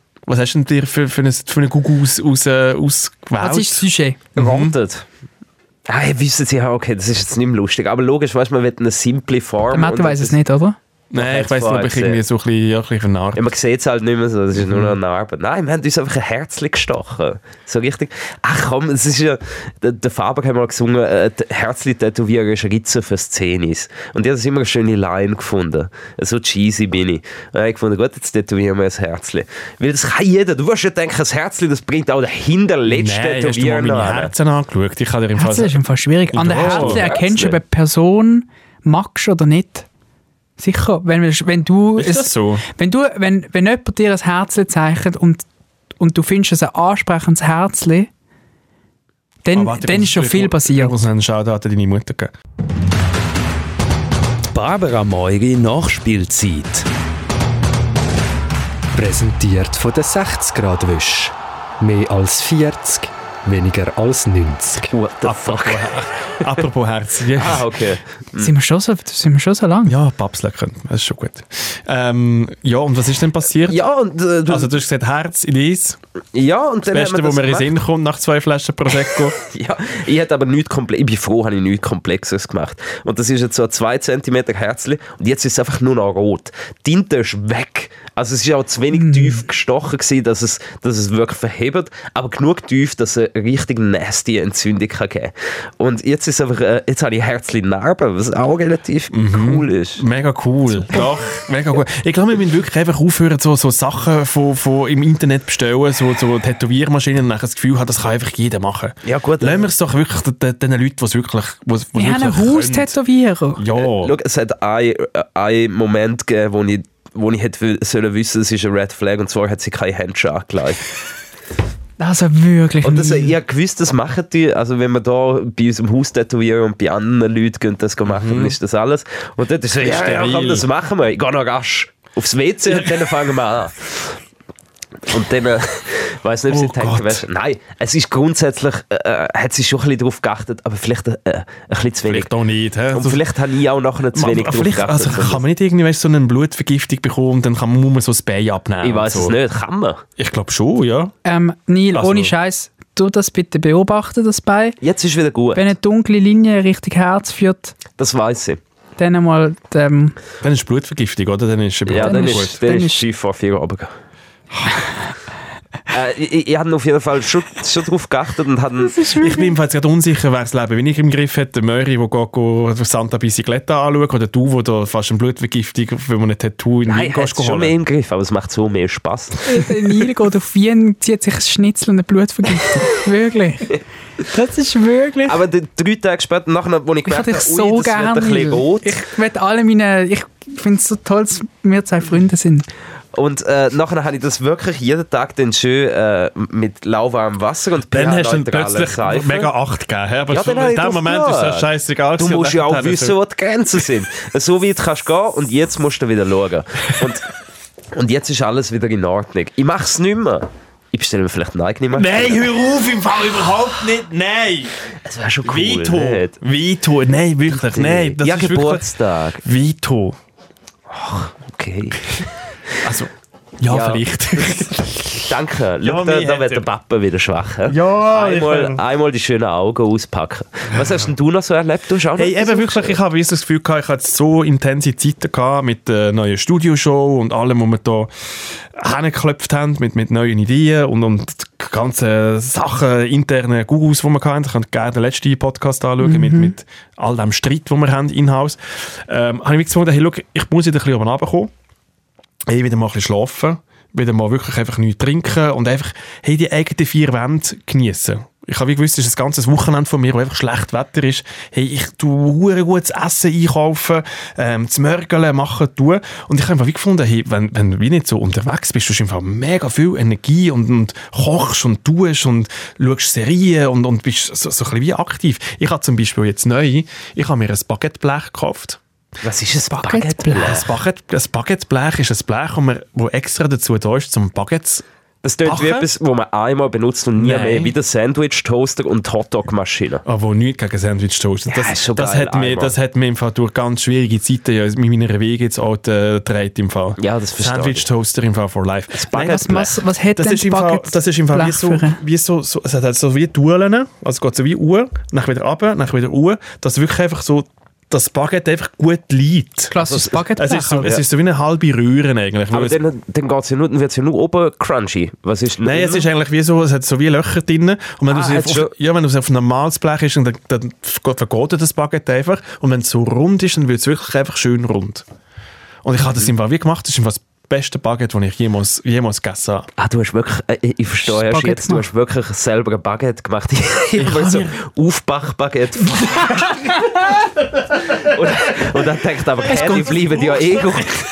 für eine Google ausgewählt? Was ist das Sujet? Wartet. Ihr wisst ja, okay, das ist jetzt nicht mehr lustig. Aber logisch, weißt du, man will eine simple Form. Der Mathe weiss es nicht, oder? Nein, ich weiss nicht, ob ich irgendwie so ein bisschen vernarbt. Ja, man sieht es halt nicht mehr so, das ist nur noch eine Narbe. Nein, wir haben uns einfach ein Herzchen gestochen. So richtig. Ach komm, es ist ja... Der Faber hat mal gesungen, Herzchen tätowieren ist ein Ritze für Szenis. Und ich habe das immer eine schöne Line gefunden. So cheesy bin ich. Und dann habe ich gefunden, gut, jetzt tätowieren wir ein Herzchen. Weil das kann jeder. Du wirst ja denken, ein Herzchen, das bringt auch den hinterletzten Tätowieren an. Nein, hast du mal meine Herzen angeschaut? Ich kann dir im Fall... Das ist im Fall schwierig. An der Herzchen erkennst du, ob eine Person magst oder nicht. Sicher, wenn du... Ist das so? Wenn jemand dir ein Herzchen zeichnet und du findest es ein ansprechendes Herzchen, dann ist schon viel passiert. Ich muss einen Shoutout an deine Mutter geben. Barbara Meuri Nachspielzeit. Präsentiert von der 60-Grad-Wisch. Mehr als 40, weniger als 90. What the fuck? Apropos Herz. Yes. Okay. Sind wir schon so lang? Ja, Papsle können. Das ist schon gut. Ja, und was ist denn passiert? Ja, und, also du hast gesagt, Herz, Elise. Ja, und das Beste, was mir in den Sinn kommt nach 2 Flaschen Prosecco. Ja, ich hätte aber nichts ich bin froh, habe ich nichts Komplexes gemacht. Und das ist jetzt so ein 2 cm Herzchen und jetzt ist es einfach nur noch rot. Die Tinte ist weg. Also es war auch zu wenig tief gestochen gewesen, dass es wirklich verhebt, aber genug tief, dass es eine richtig nasty Entzündung geben kann. Und jetzt ist einfach, jetzt habe ich Herzchen-Narben, was auch relativ cool ist. Mega cool. Doch, mega cool. Ich glaube, wir müssen wirklich einfach aufhören, so Sachen von im Internet bestellen, so Tätowiermaschinen und nachher das Gefühl haben, das kann einfach jeder machen. Ja gut. Lassen wir es doch wirklich den Leuten, die es wirklich wir haben einen Haustätowierer. Ja. Schau, es hat einen Moment gegeben, wo ich hätte sollen wissen, es ist eine Red Flag, und zwar hat sie keine Handschuhe angelegt. Also wirklich. Und ich habe gewusst, das machen die, also wenn wir da bei unserem Haus tätowieren und bei anderen Leuten gehen das machen, dann ist das alles. Und dort ist so, ja komm, das machen wir. Ich gehe noch rasch aufs WC und dann fangen wir an. Und dann, weiss nicht, ob sie denken, weißt, nein, es ist grundsätzlich, hat sie schon ein bisschen darauf geachtet, aber vielleicht ein bisschen zu wenig. Vielleicht auch nicht. He? Und vielleicht habe ich auch nachher zu wenig darauf geachtet. Also kann man nicht irgendwie so eine Blutvergiftung bekommen und dann muss man so das Bein abnehmen? Ich weiss es nicht, kann man? Ich glaube schon, ja. Neil, also, ohne Scheiß, du das bitte beobachten, das Bein. Jetzt ist wieder gut. Wenn eine dunkle Linie Richtung Herz führt. Das weiss ich. Dann einmal... Dann ist Blutvergiftung, oder? Dann ist dann ist 5 vor 4 runtergegangen. Ich habe auf jeden Fall schon darauf geachtet und ich bin jedenfalls gerade unsicher, wer das Leben wenn ich im Griff hätte. Der Möri, der Santa Bicicletta anschaut, oder du, der fast eine Blutvergiftung, weil man ein Tattoo in Wien geholt hat. Schon mehr im Griff, aber es macht so mehr Spass. Der Nil geht auf Wien, zieht sich ein Schnitzel und eine Blutvergiftung. Wirklich. Das ist wirklich... Aber 3 Tage später, nachher, wo ich gemerkt habe, so das wird ein bisschen rot. Ich finde es so toll, dass wir 2 Freunde sind. Und nachher habe ich das wirklich jeden Tag dann schön mit lauwarmem Wasser und dann hast du plötzlich Seife. Mega 8 gegeben. Aber ja, in dem Moment ist das scheißegal. Du musst ja auch wissen, wo die Grenzen sind. So weit kannst du gehen und jetzt musst du wieder schauen. Und jetzt ist alles wieder in Ordnung. Ich mache es nicht mehr. Ich bestelle mir vielleicht eine eigene Maschine. Nein, hör auf, im Fall überhaupt nicht. Nein. Es wäre schon cool. Vito. Nein, wirklich. Nein, das ja, ist Geburtstag. Vito. Ach, okay. Also, ja. Vielleicht. Danke. Schau, da wird der Papa wieder schwach. Ja, einmal die schönen Augen auspacken. Was hast denn du noch so erlebt? Du hast auch hey, eben wirklich, ich habe das Gefühl gehabt, ich hatte so intensive Zeiten gehabt mit der neuen Studioshow und allem, was wir da hingeklopft haben, mit neuen Ideen und die ganzen Sachen, interne Gurus, die wir hatten. Ich kann gerne den letzten Podcast anschauen, mit all dem Streit, den wir haben in-house. Habe ich gesagt, hey, look, ich muss wieder ein bisschen oben runterkommen. Hey, wieder mal ein bisschen schlafen, wieder mal wirklich einfach nichts trinken und einfach die eigenen 4 Wände geniessen. Ich habe gewusst, es ist ein ganzes Wochenende von mir, wo einfach schlecht Wetter ist. Hey, ich tue gutes Essen einkaufen, zu Mörgeln, machen, tun. Und ich habe einfach wie gefunden, hey, wenn du wie nicht so unterwegs bist, du hast einfach mega viel Energie und kochst und tust und schaust Serien und bist so ein bisschen wie aktiv. Ich habe zum Beispiel jetzt neu, ich habe mir ein Baguetteblech gekauft. Was ist ein Baguetteblech? Ein Baguetteblech ist ein Blech, das extra dazu da ist, zum Baguettes das klingt wie etwas, das man einmal benutzt und nie mehr, wie der Sandwich-Toaster und die Hotdog-Maschine. Aber nichts gegen Sandwich-Toaster. Das hat mir im Fall durch ganz schwierige Zeiten ja mit meiner Wege jetzt auch gedreht im Fall. Ja, das verstehe ich. Sandwich-Toaster im Fall for life. Was hat das denn das ist im Fall wie so es hat so wie Duellen, also geht so wie Uhr, dann wieder runter, dann wieder Uhr, das wirklich einfach so das Baguette einfach gut liegt. Klassisches Baguette. Es ist so wie eine halbe Röhre eigentlich. Aber dann wird es ja nur oben crunchy. Was ist Nein, es ist eigentlich wie so, es hat so wie Löcher drin. Und wenn du es auf ein normales Blech ist, dann vergeht das Baguette einfach. Und wenn es so rund ist, dann wird es wirklich einfach schön rund. Und ich habe das im Fall wie gemacht. Das ist das beste Baguette, das ich jemals gegessen habe. Ah, du hast wirklich, ich verstehe erst jetzt, du hast wirklich selber ein Baguette gemacht. Ich habe so Aufbach-Baguette. und dann denkt aber, die bleiben ja gut.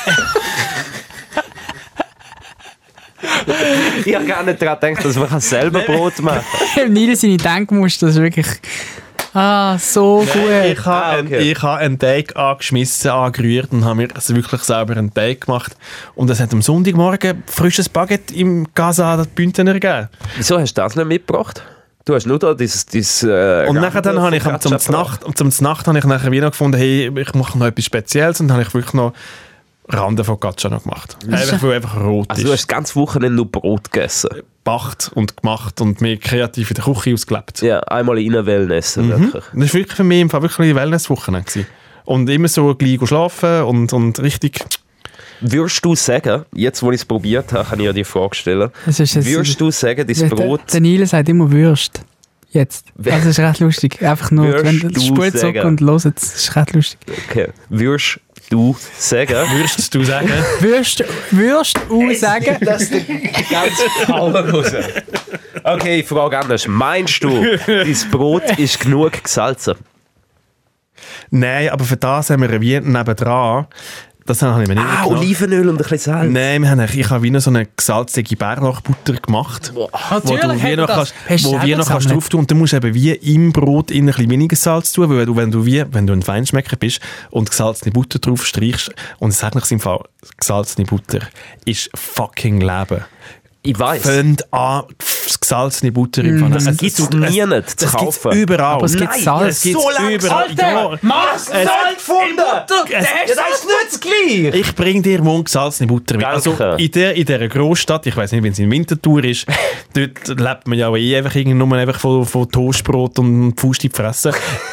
Ich habe gar nicht daran gedacht, dass man selber Brot machen kann. Nils seine Denkmuster, das ist wirklich... so gut. Ich habe einen Teig angerührt und habe mir wirklich selber einen Teig gemacht. Und es hat am Sonntagmorgen frisches Baguette im Casa Bündner gegeben. Wieso hast du das nicht mitgebracht? Du hast nur da dieses und nachher dann habe ich zum Nacht habe ich nachher wieder gefunden, hey, ich mache noch etwas Spezielles und dann habe ich wirklich noch Rande von Gaccia noch gemacht. Einfach, weil einfach rot ist. Also du hast das ganze Wochenende nur Brot gegessen? Gebacht und gemacht und mir kreativ in der Küche ausgelebt. Ja, einmal in einer Wellness, wirklich. Das war wirklich für mich im Fall wirklich ein Wellness-Wochenende. Und immer so gleich schlafen und richtig... Würdest du sagen, jetzt wo ich es probiert habe, kann ich ja die Frage stellen, würdest du sagen, dein Brot... Der Nile sagt immer Würst. Jetzt. Also das ist recht lustig. Einfach nur, wenn du spult zurück und hört, das ist recht lustig. Okay. Würdest du sagen? Würdest du sagen? Würdest du sagen? Das ist ganz Power raus. Okay, ich frage anders. Meinst du, dein Brot ist genug gesalzen? Nein, aber für das haben wir wie nebendran. Das habe ich mir nicht genommen. Olivenöl und ein bisschen Salz? Nein, ich habe wie noch so eine gesalzige Bärlauchbutter gemacht. Wo du wie noch kannst drauf tun. Und du musst eben wie im Brot ein bisschen weniger Salz tun, weil wenn du ein Feinschmecker bist und gesalzene Butter drauf streichst, und ich sage noch im Fall, gesalzene Butter ist fucking Leben. Ich weiss. Fängt an, gesalzene Butter im Fall. Das gibt es nie nicht zu kaufen. Das gibt überall. Aber es gibt Salz. Es gibt überall. Alter, Mars, Salz gefunden! Das ist nicht das Gleiche! Ich bringe dir morgen gesalzene Butter mit. Also in dieser Großstadt, ich weiss nicht, wenn es in Winterthur ist, dort lebt man ja einfach nur von Toastbrot und Pfust in die Fresse.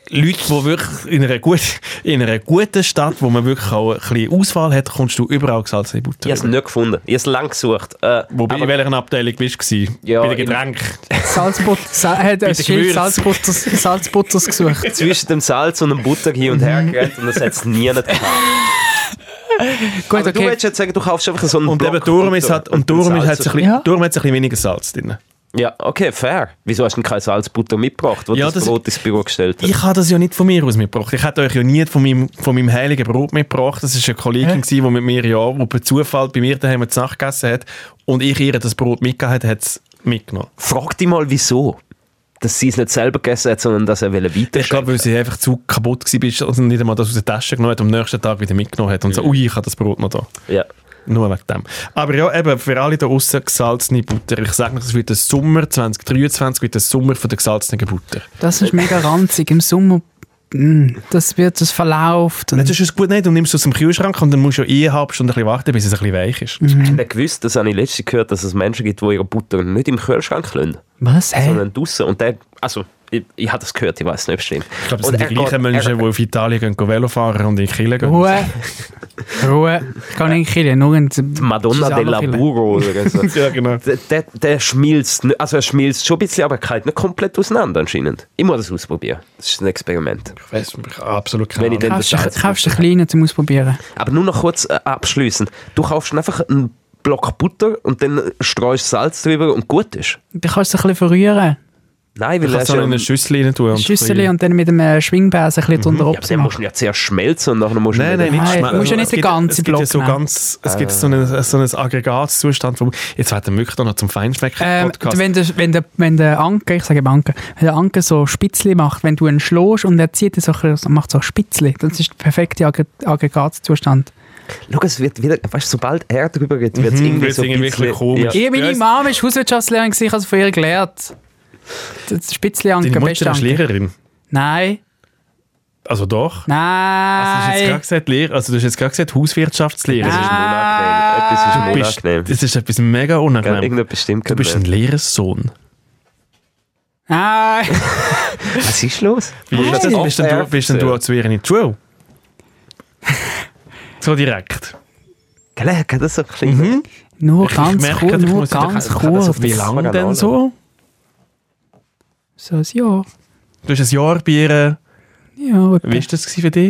Leute, die wirklich in einer guten Stadt, wo man wirklich auch ein bisschen Auswahl hat, kommst du überall gesalzene Butter. Ich habe es nicht gefunden. Ich habe es lange gesucht. In welcher Abteilung bist du? Ja, bei den Getränken? Hat ein Schild Salzbutters gesucht. Zwischen dem Salz und dem Butter hin und her gerannt und das hat es nie nicht gehabt. Gut, aber okay. du willst jetzt sagen, du kaufst einfach so einen Und Block eben darum hat es ein Ja. bisschen weniger Salz drin. Ja, okay, fair. Wieso hast du denn keine Salzbutter mitgebracht, wo Ja, das Brot ins Büro gestellt hat? Ich habe das ja nicht von mir aus mitgebracht. Ich hätte euch ja nie von meinem heiligen Brot mitgebracht. Das war eine Kollegin, die mit mir die per Zufall bei mir daheim zu Nacht gegessen hat und ich ihr das Brot mitgegeben habe, hat es mitgenommen. Frag dich mal, wieso. Dass sie es nicht selber gegessen hat, sondern dass er weiter. Ich glaube, weil sie einfach zu kaputt war und nicht einmal das aus der Tasche genommen hat und am nächsten Tag wieder mitgenommen hat und so, ui, ich habe das Brot noch da. Ja. Nur wegen dem. Aber ja, eben, für alle da aussen gesalzene Butter. Ich sage noch, es wird der Sommer 2023, wird der Sommer von der gesalzenen Butter. Das ist mega ranzig. Im Sommer, das verläuft. Das ist es gut nicht. Du nimmst es aus dem Kühlschrank und dann musst du ja eine halbe Stunde ein bisschen warten, bis es ein bisschen weich ist. Ich habe nicht gewusst, das habe ich letztens gehört, dass es Menschen gibt, die ihre Butter nicht im Kühlschrank lassen, Was? sondern draussen. Und der, also, ich habe das gehört, ich weiß nicht, ob es stimmt. Ich glaube, es sind die gleichen Menschen, die auf Italien gehen Velo fahren und in die Kirche gehen. Ruhe. Ich kann nicht killen, nur in Madonna della Burro oder so. Ja, genau. Der schmilzt, also er schmilzt schon ein bisschen, aber er geht nicht komplett auseinander anscheinend. Ich muss das ausprobieren. Das ist ein Experiment. Ich weiss absolut keine Wenn ich Ahnung. dann Kaufst du einen kleinen zum Ausprobieren? Aber nur noch kurz abschliessend. Du kaufst einfach einen Block Butter und dann streust Salz drüber und gut ist. Du kannst es ein bisschen verrühren. Nein, weil Du kannst auch in eine Schüssel rein tun. Schüssel und dann mit einem Schwingbesen ein bisschen drunter ja, aber dann musst du ja zuerst schmelzen und nachher musst du... Nein, nicht Nein, schmelzen. du musst ja nicht den ganzen Block Es gibt so einen Aggregatzustand, wo jetzt werden wir wirklich noch zum Feinschmecker-Podcast. Wenn der Anker, ich sage Anker, wenn der Anker so Spitzli macht, wenn du ihn schlägst und er zieht so, macht so Spitzli, das ist der perfekte Aggregatzustand. Schau, es wird wieder, weißt du, sobald er drüber geht, wird es irgendwie so ein bisschen komisch. Ja. Meine Mama ist Hauswirtschaftslehrerin, ich habe es von ihr gelernt. Das Spitzli-Anker, Deine beste Mutter ist Anker. Lehrerin? Nein. Also doch? Nein. Also du hast jetzt gerade gesagt Hauswirtschaftslehrer. Das ist unangenehm. Etwas ist unangenehm. Das ist etwas mega unangenehm. Irgendetwas stimmt Du bist ein Lehrerssohn. Nein. Was ist los? Bist denn du zu ihr in die Schule? So direkt. Gell, geht das so klein? Nur ganz merke, kurz. ich Nur muss ganz doch- kurz. Wie lange denn so? So ein Jahr. Du hast ein Jahr bei ihr. Ja, etwa. Wie war das für dich?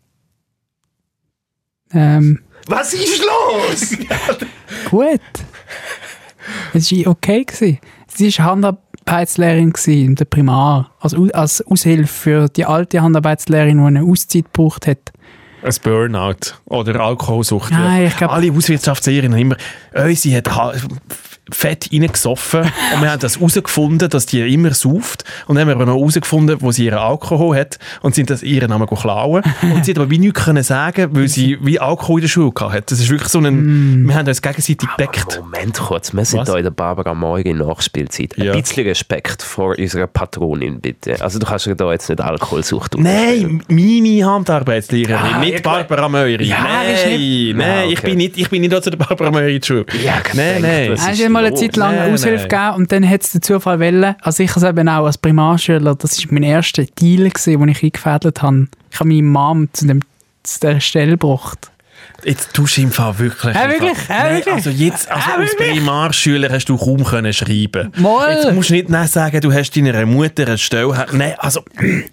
Was ist los? Gut. Es war okay. Sie war Handarbeitslehrerin in der Primar. Als Aushilfe für die alte Handarbeitslehrerin, die eine Auszeit gebraucht hat. Ein Burnout oder Alkoholsucht. Nein, ich glaube... Alle Hauswirtschaftslehrerinnen haben immer, sie hat Fett reingesoffen und wir haben das herausgefunden, dass die immer sauft und dann haben wir aber noch herausgefunden, wo sie ihren Alkohol hat und sind das ihren Namen klauen und sie hat aber wie nichts können sagen, weil sie wie Alkohol in der Schule hatte. Das ist wirklich so ein, wir haben uns gegenseitig gedeckt. Moment kurz, wir sind hier in der Barbara Morgen Nachspielzeit. Ja. Ein bisschen Respekt vor unserer Patronin, bitte. Also du kannst ja da jetzt nicht Alkoholsucht Nein, meine Handarbeitslehrerin, nicht Barbara Meury. Ja, nein, okay. ich bin nicht zu der Barbara Meury in die Schule. Ja, nein. Hast du mal eine Zeit lang Nein, Aushilfe nein. gegeben und dann hat es den Zufall wollen. Also ich habe es eben auch als Primarschüler, das war mein erster Deal, den ich eingefädelt habe. Ich habe meine Mom zu der Stelle gebracht. Jetzt tust du im Fall wirklich. Wirklich? Wirklich? Also jetzt, als Primarschüler hast du kaum können schreiben. Mal. Jetzt musst du nicht sagen, du hast deiner Mutter eine Stelle. Nein, also.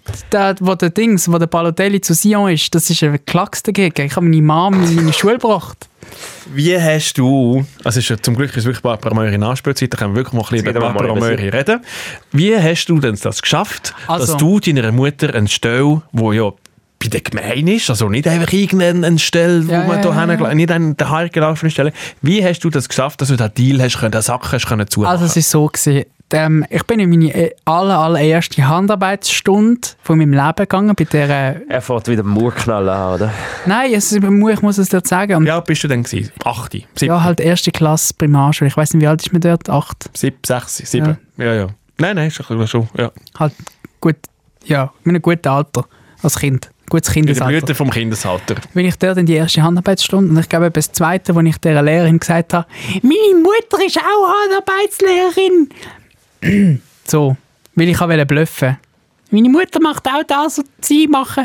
Wo der Balotelli zu Sion ist, das ist ein Klacks dagegen. Ich habe meine Mom in meine Schule gebracht. Wie hast du, also ist ja, zum Glück ist es wirklich Barbara Meury in Nachspielzeit, da können wir wirklich mal ein bisschen über Barbara Meury reden. Wie hast du denn das geschafft, dass du deiner Mutter eine Stelle, die ja bei der Gemeinde ist, also nicht einfach irgendeine Stelle, wo man da hin, nicht eine daheim gelaufene Stelle, wie hast du das geschafft, dass du den Deal hast können, den Sack hast können zumachen? Also es war so gewesen. Ich bin in meine allererste Handarbeitsstunde von meinem Leben gegangen. Bei der, Er fährt wieder Murknall an, oder? Nein, ich muss es dir sagen. Und Wie alt bist du denn gewesen? 8? 7? ja, halt erste Klasse Primarschule. Ich weiss nicht, wie alt ist man dort? 8? 7, 6, 7? Ja. Nein, ist schon, ja. Halt gut, ja, in einem guten Alter als Kind. Gutes In der Kindesalter. Blüte vom Kindesalter. Bin ich dort in die erste Handarbeitsstunde und ich glaube, das Zweite, wo ich der Lehrerin gesagt habe, meine Mutter ist auch Handarbeitslehrerin. So, weil ich wollte bluffen. Meine Mutter macht auch das, was sie machen.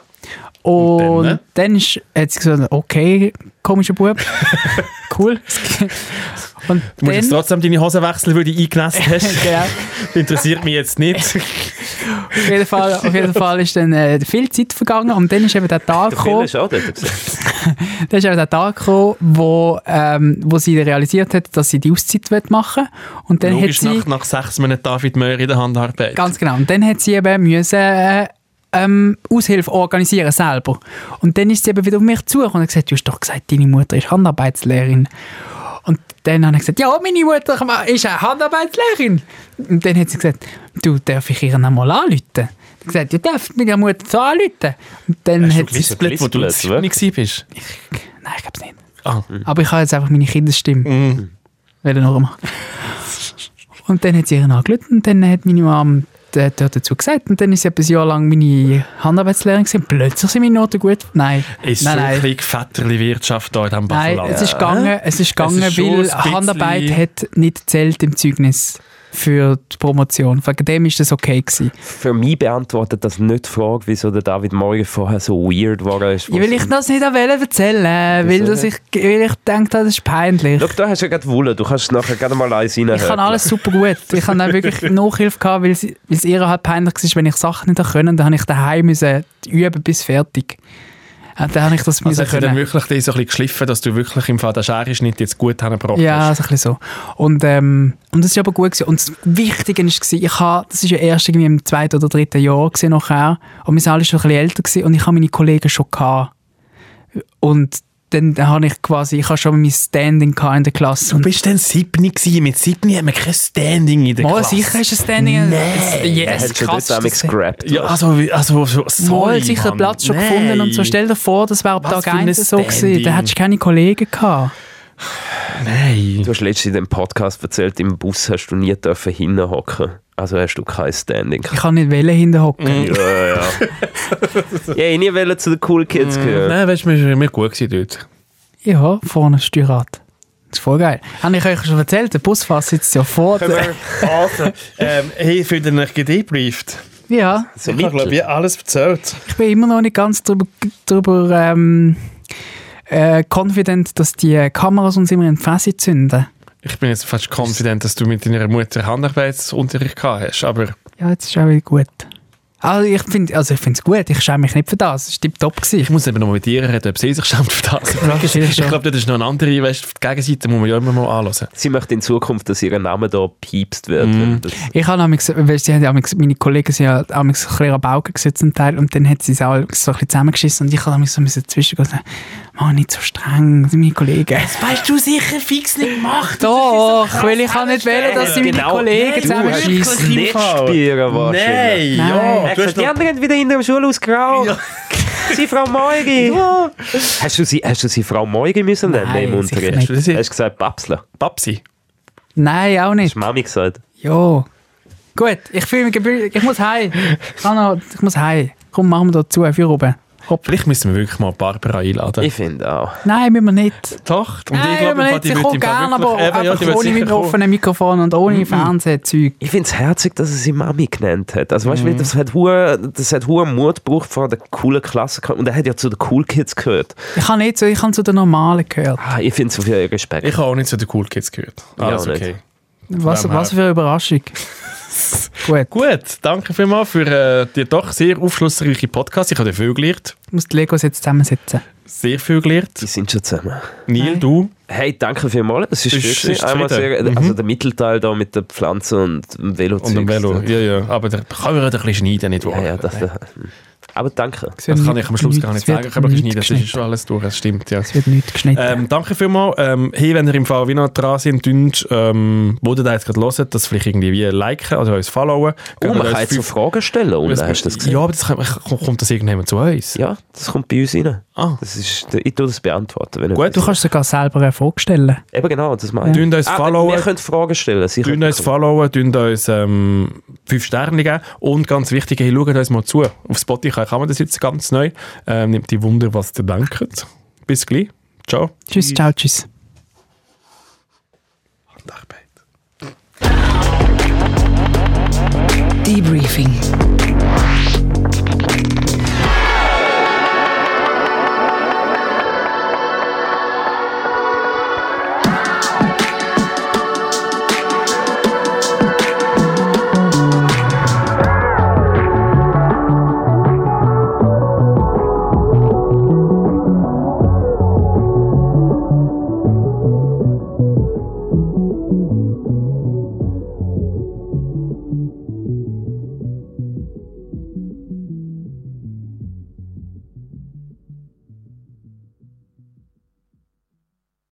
Und dann hat sie gesagt, okay, komischer Bub. Cool. Und du musst jetzt trotzdem deine Hosen wechseln, weil du eingenässt hast. Ja. Interessiert mich jetzt nicht. Auf jeden Fall ist dann viel Zeit vergangen und dann ist eben der Tag gekommen. Dann ist eben der Tag gekommen, wo sie realisiert hat, dass sie die Auszeit machen will. Und dann logisch hat sie, nach 6 Monaten David Möhr in der Handarbeit. Ganz genau. Und dann hat sie eben müssen Aushilfe organisieren selber. Und dann ist sie eben wieder auf mich zugekommen und hat gesagt, du hast doch gesagt, deine Mutter ist Handarbeitslehrerin. Und dann habe ich gesagt, ja, meine Mutter ist eine Handarbeitslehrerin. Und dann hat sie gesagt, du, darf ich ihr einmal anrufen? Ich habe gesagt, du darfst meine Mutter so anrufen. Und dann hast hat du Lisplet, wo du 7 warst? Nein, ich glaube es nicht. Aber ich habe jetzt einfach meine Kinderstimme noch machen. Und dann hat sie ihr angerufen und dann hat meine Mom dort dazu gesagt. Und dann ist sie ein Jahr lang meine Handarbeitslehrerin gewesen. Plötzlich sind meine Noten gut. Nein. Ist so ein bisschen Vetterli-Wirtschaft da in diesem Bachelor? Nein, es ist gegangen, weil Handarbeit hat nicht gezählt im Zeugnis für die Promotion. Wegen dem war das okay gewesen. Für mich beantwortet das nicht die Frage, wieso der David Morgen vorher so weird war. Ja, weil ich das nicht erzählen wollte, weil ich denke, das ist peinlich. Schau, du hast ja gerade Wolle, du kannst nachher gerade mal eins reinhören. Ich kann alles super gut. Ich habe dann wirklich Nachhilfe gehabt, weil es ihr halt peinlich war, wenn ich Sachen nicht können. Dann habe ich daheim üben bis fertig. Und dann habe ich das also hast du dann wirklich so ein bisschen geschliffen, dass du wirklich im Fall den Scherenschnitt jetzt gut hingebracht hast? Ja, so ein bisschen so. Und das war aber gut gewesen. Und das Wichtige war, das war ja erst irgendwie im 2. oder 3. Jahr nachher. Und wir waren alle schon ein bisschen älter gewesen, und ich habe meine Kollegen schon gehabt. Und dann habe ich schon mein Standing in der Klasse. Du bist dann 7 gewesen. Mit 7 hat man kein Standing in der Klasse. Sicher ist ein Standing. Nein, yes, du hast das gescrapped. Ja, also sorry, sicher einen Platz schon gefunden. Und so, stell dir vor, das wäre ab Tag 1 so gewesen. Da hättest du keine Kollegen gehabt. Nein. Du hast letztens in dem Podcast erzählt, im Bus hast du nie hinhocken. Also hast du kein Standing. Ich kann nicht hinhocken. Ja. Ich nie zu den Cool Kids gehört. Nein, weißt du, wir waren gut dort. Ja, vorne Steuerrad. Das ist voll geil. Habe ich euch schon erzählt, der Busfahrer sitzt ja vor. Hey, für den euch gedebrieft. Ja. Ich habe, glaube ich, alles erzählt. Ich bin immer noch nicht ganz darüber confident, dass die Kameras uns immer in die Fresse zünden. Ich bin jetzt fast confident, dass du mit deiner Mutter Handarbeitsunterricht gehabt hast, aber... Ja, jetzt ist auch wieder gut. Also ich finde es gut, ich schäme mich nicht für das, es war tipptopp. Ich muss eben noch mit ihr reden, ob sie sich schämt für das. Ich glaube, das ist noch eine andere, die Gegenseite muss man ja immer mal anhören. Sie möchte in Zukunft, dass ihr Name da piepst wird. Ich habe meine Kollegen sind ja ein bisschen am Baugen gesetzt zum Teil, und dann hat sie es auch so ein bisschen zusammengeschissen und ich habe so dazwischen gesagt, Mann, nicht so streng, das sind meine Kollegen. Das weißt du sicher fix nicht gemacht. Doch, weil ich kann nicht wählen, dass sie meine Kollegen zusammenschiessen. Nicht spielen wahrscheinlich. Nein, ja. Die anderen wieder in der Schule ausgeraubt. Ja. Sie, Frau Meugi. Ja. Hast du sie Frau Meugi müssen nennen im Unterricht? Hast du gesagt Babsler? Babsi? Nein, auch nicht. Hast du Mami gesagt? Ja. Gut, ich fühle mich gebührlich. Ich muss heim. Ich muss heim. Komm, machen wir da zu, für oben. Hopp. Vielleicht müssen wir wirklich mal Barbara einladen. Ich finde auch. Nein, müssen wir nicht. Doch. Und nein, ich glaube, die wird gerne, aber einfach ohne offenen Mikrofon und ohne Fernsehzeug. Ich finde es herzig, dass er sie Mami genannt hat. Also weißt du, das hat hohen Mut gebraucht von der coolen Klasse. Und er hat ja zu den Cool Kids gehört. Ich habe nicht so, ich habe zu den Normalen gehört. Ich finde es so viel Respekt. Ich habe auch nicht zu den Cool Kids gehört. Alles okay. Was für eine Überraschung. Gut, danke vielmals für die doch sehr aufschlussreiche Podcast. Ich habe viel gelernt. Ich muss die Legos jetzt zusammensetzen. Sehr viel gelernt. Die sind schon zusammen. Neil, du? Hey, danke vielmals. Es ist einmal sehr, also der Mittelteil da mit der Pflanze und dem Velo. Und dem Velo, ja. Aber da kann man ein bisschen schneiden, nicht wahr? Ja, aber danke. Das kann ich am Schluss gar nicht sagen. Aber schneiden, das ist schon alles durch. Das stimmt, ja. Es wird nichts geschnitten. Danke vielmals. Hey, wenn ihr im Fall wie noch dran sind, wo ihr da jetzt gerade hört, das vielleicht irgendwie liken oder uns followen. Man kann jetzt so Fragen stellen. Und hast du das gesehen? Ja, aber kommt das irgendjemand zu uns? Ja, das kommt bei uns rein. Ich tue das beantworten. Wenn gut, du kannst sogar selber eine Frage stellen. Eben genau, das meine ich. Wir können Fragen stellen. Tun uns followen, tun uns 5 Sterne geben. Und ganz wichtig, hey, schaut uns mal zu. Auf Spotify kann man das jetzt ganz neu. Nimmt die Wunder, was ihr denkt. Bis gleich. Ciao. Tschüss, ciao, tschüss. Handarbeit. Debriefing.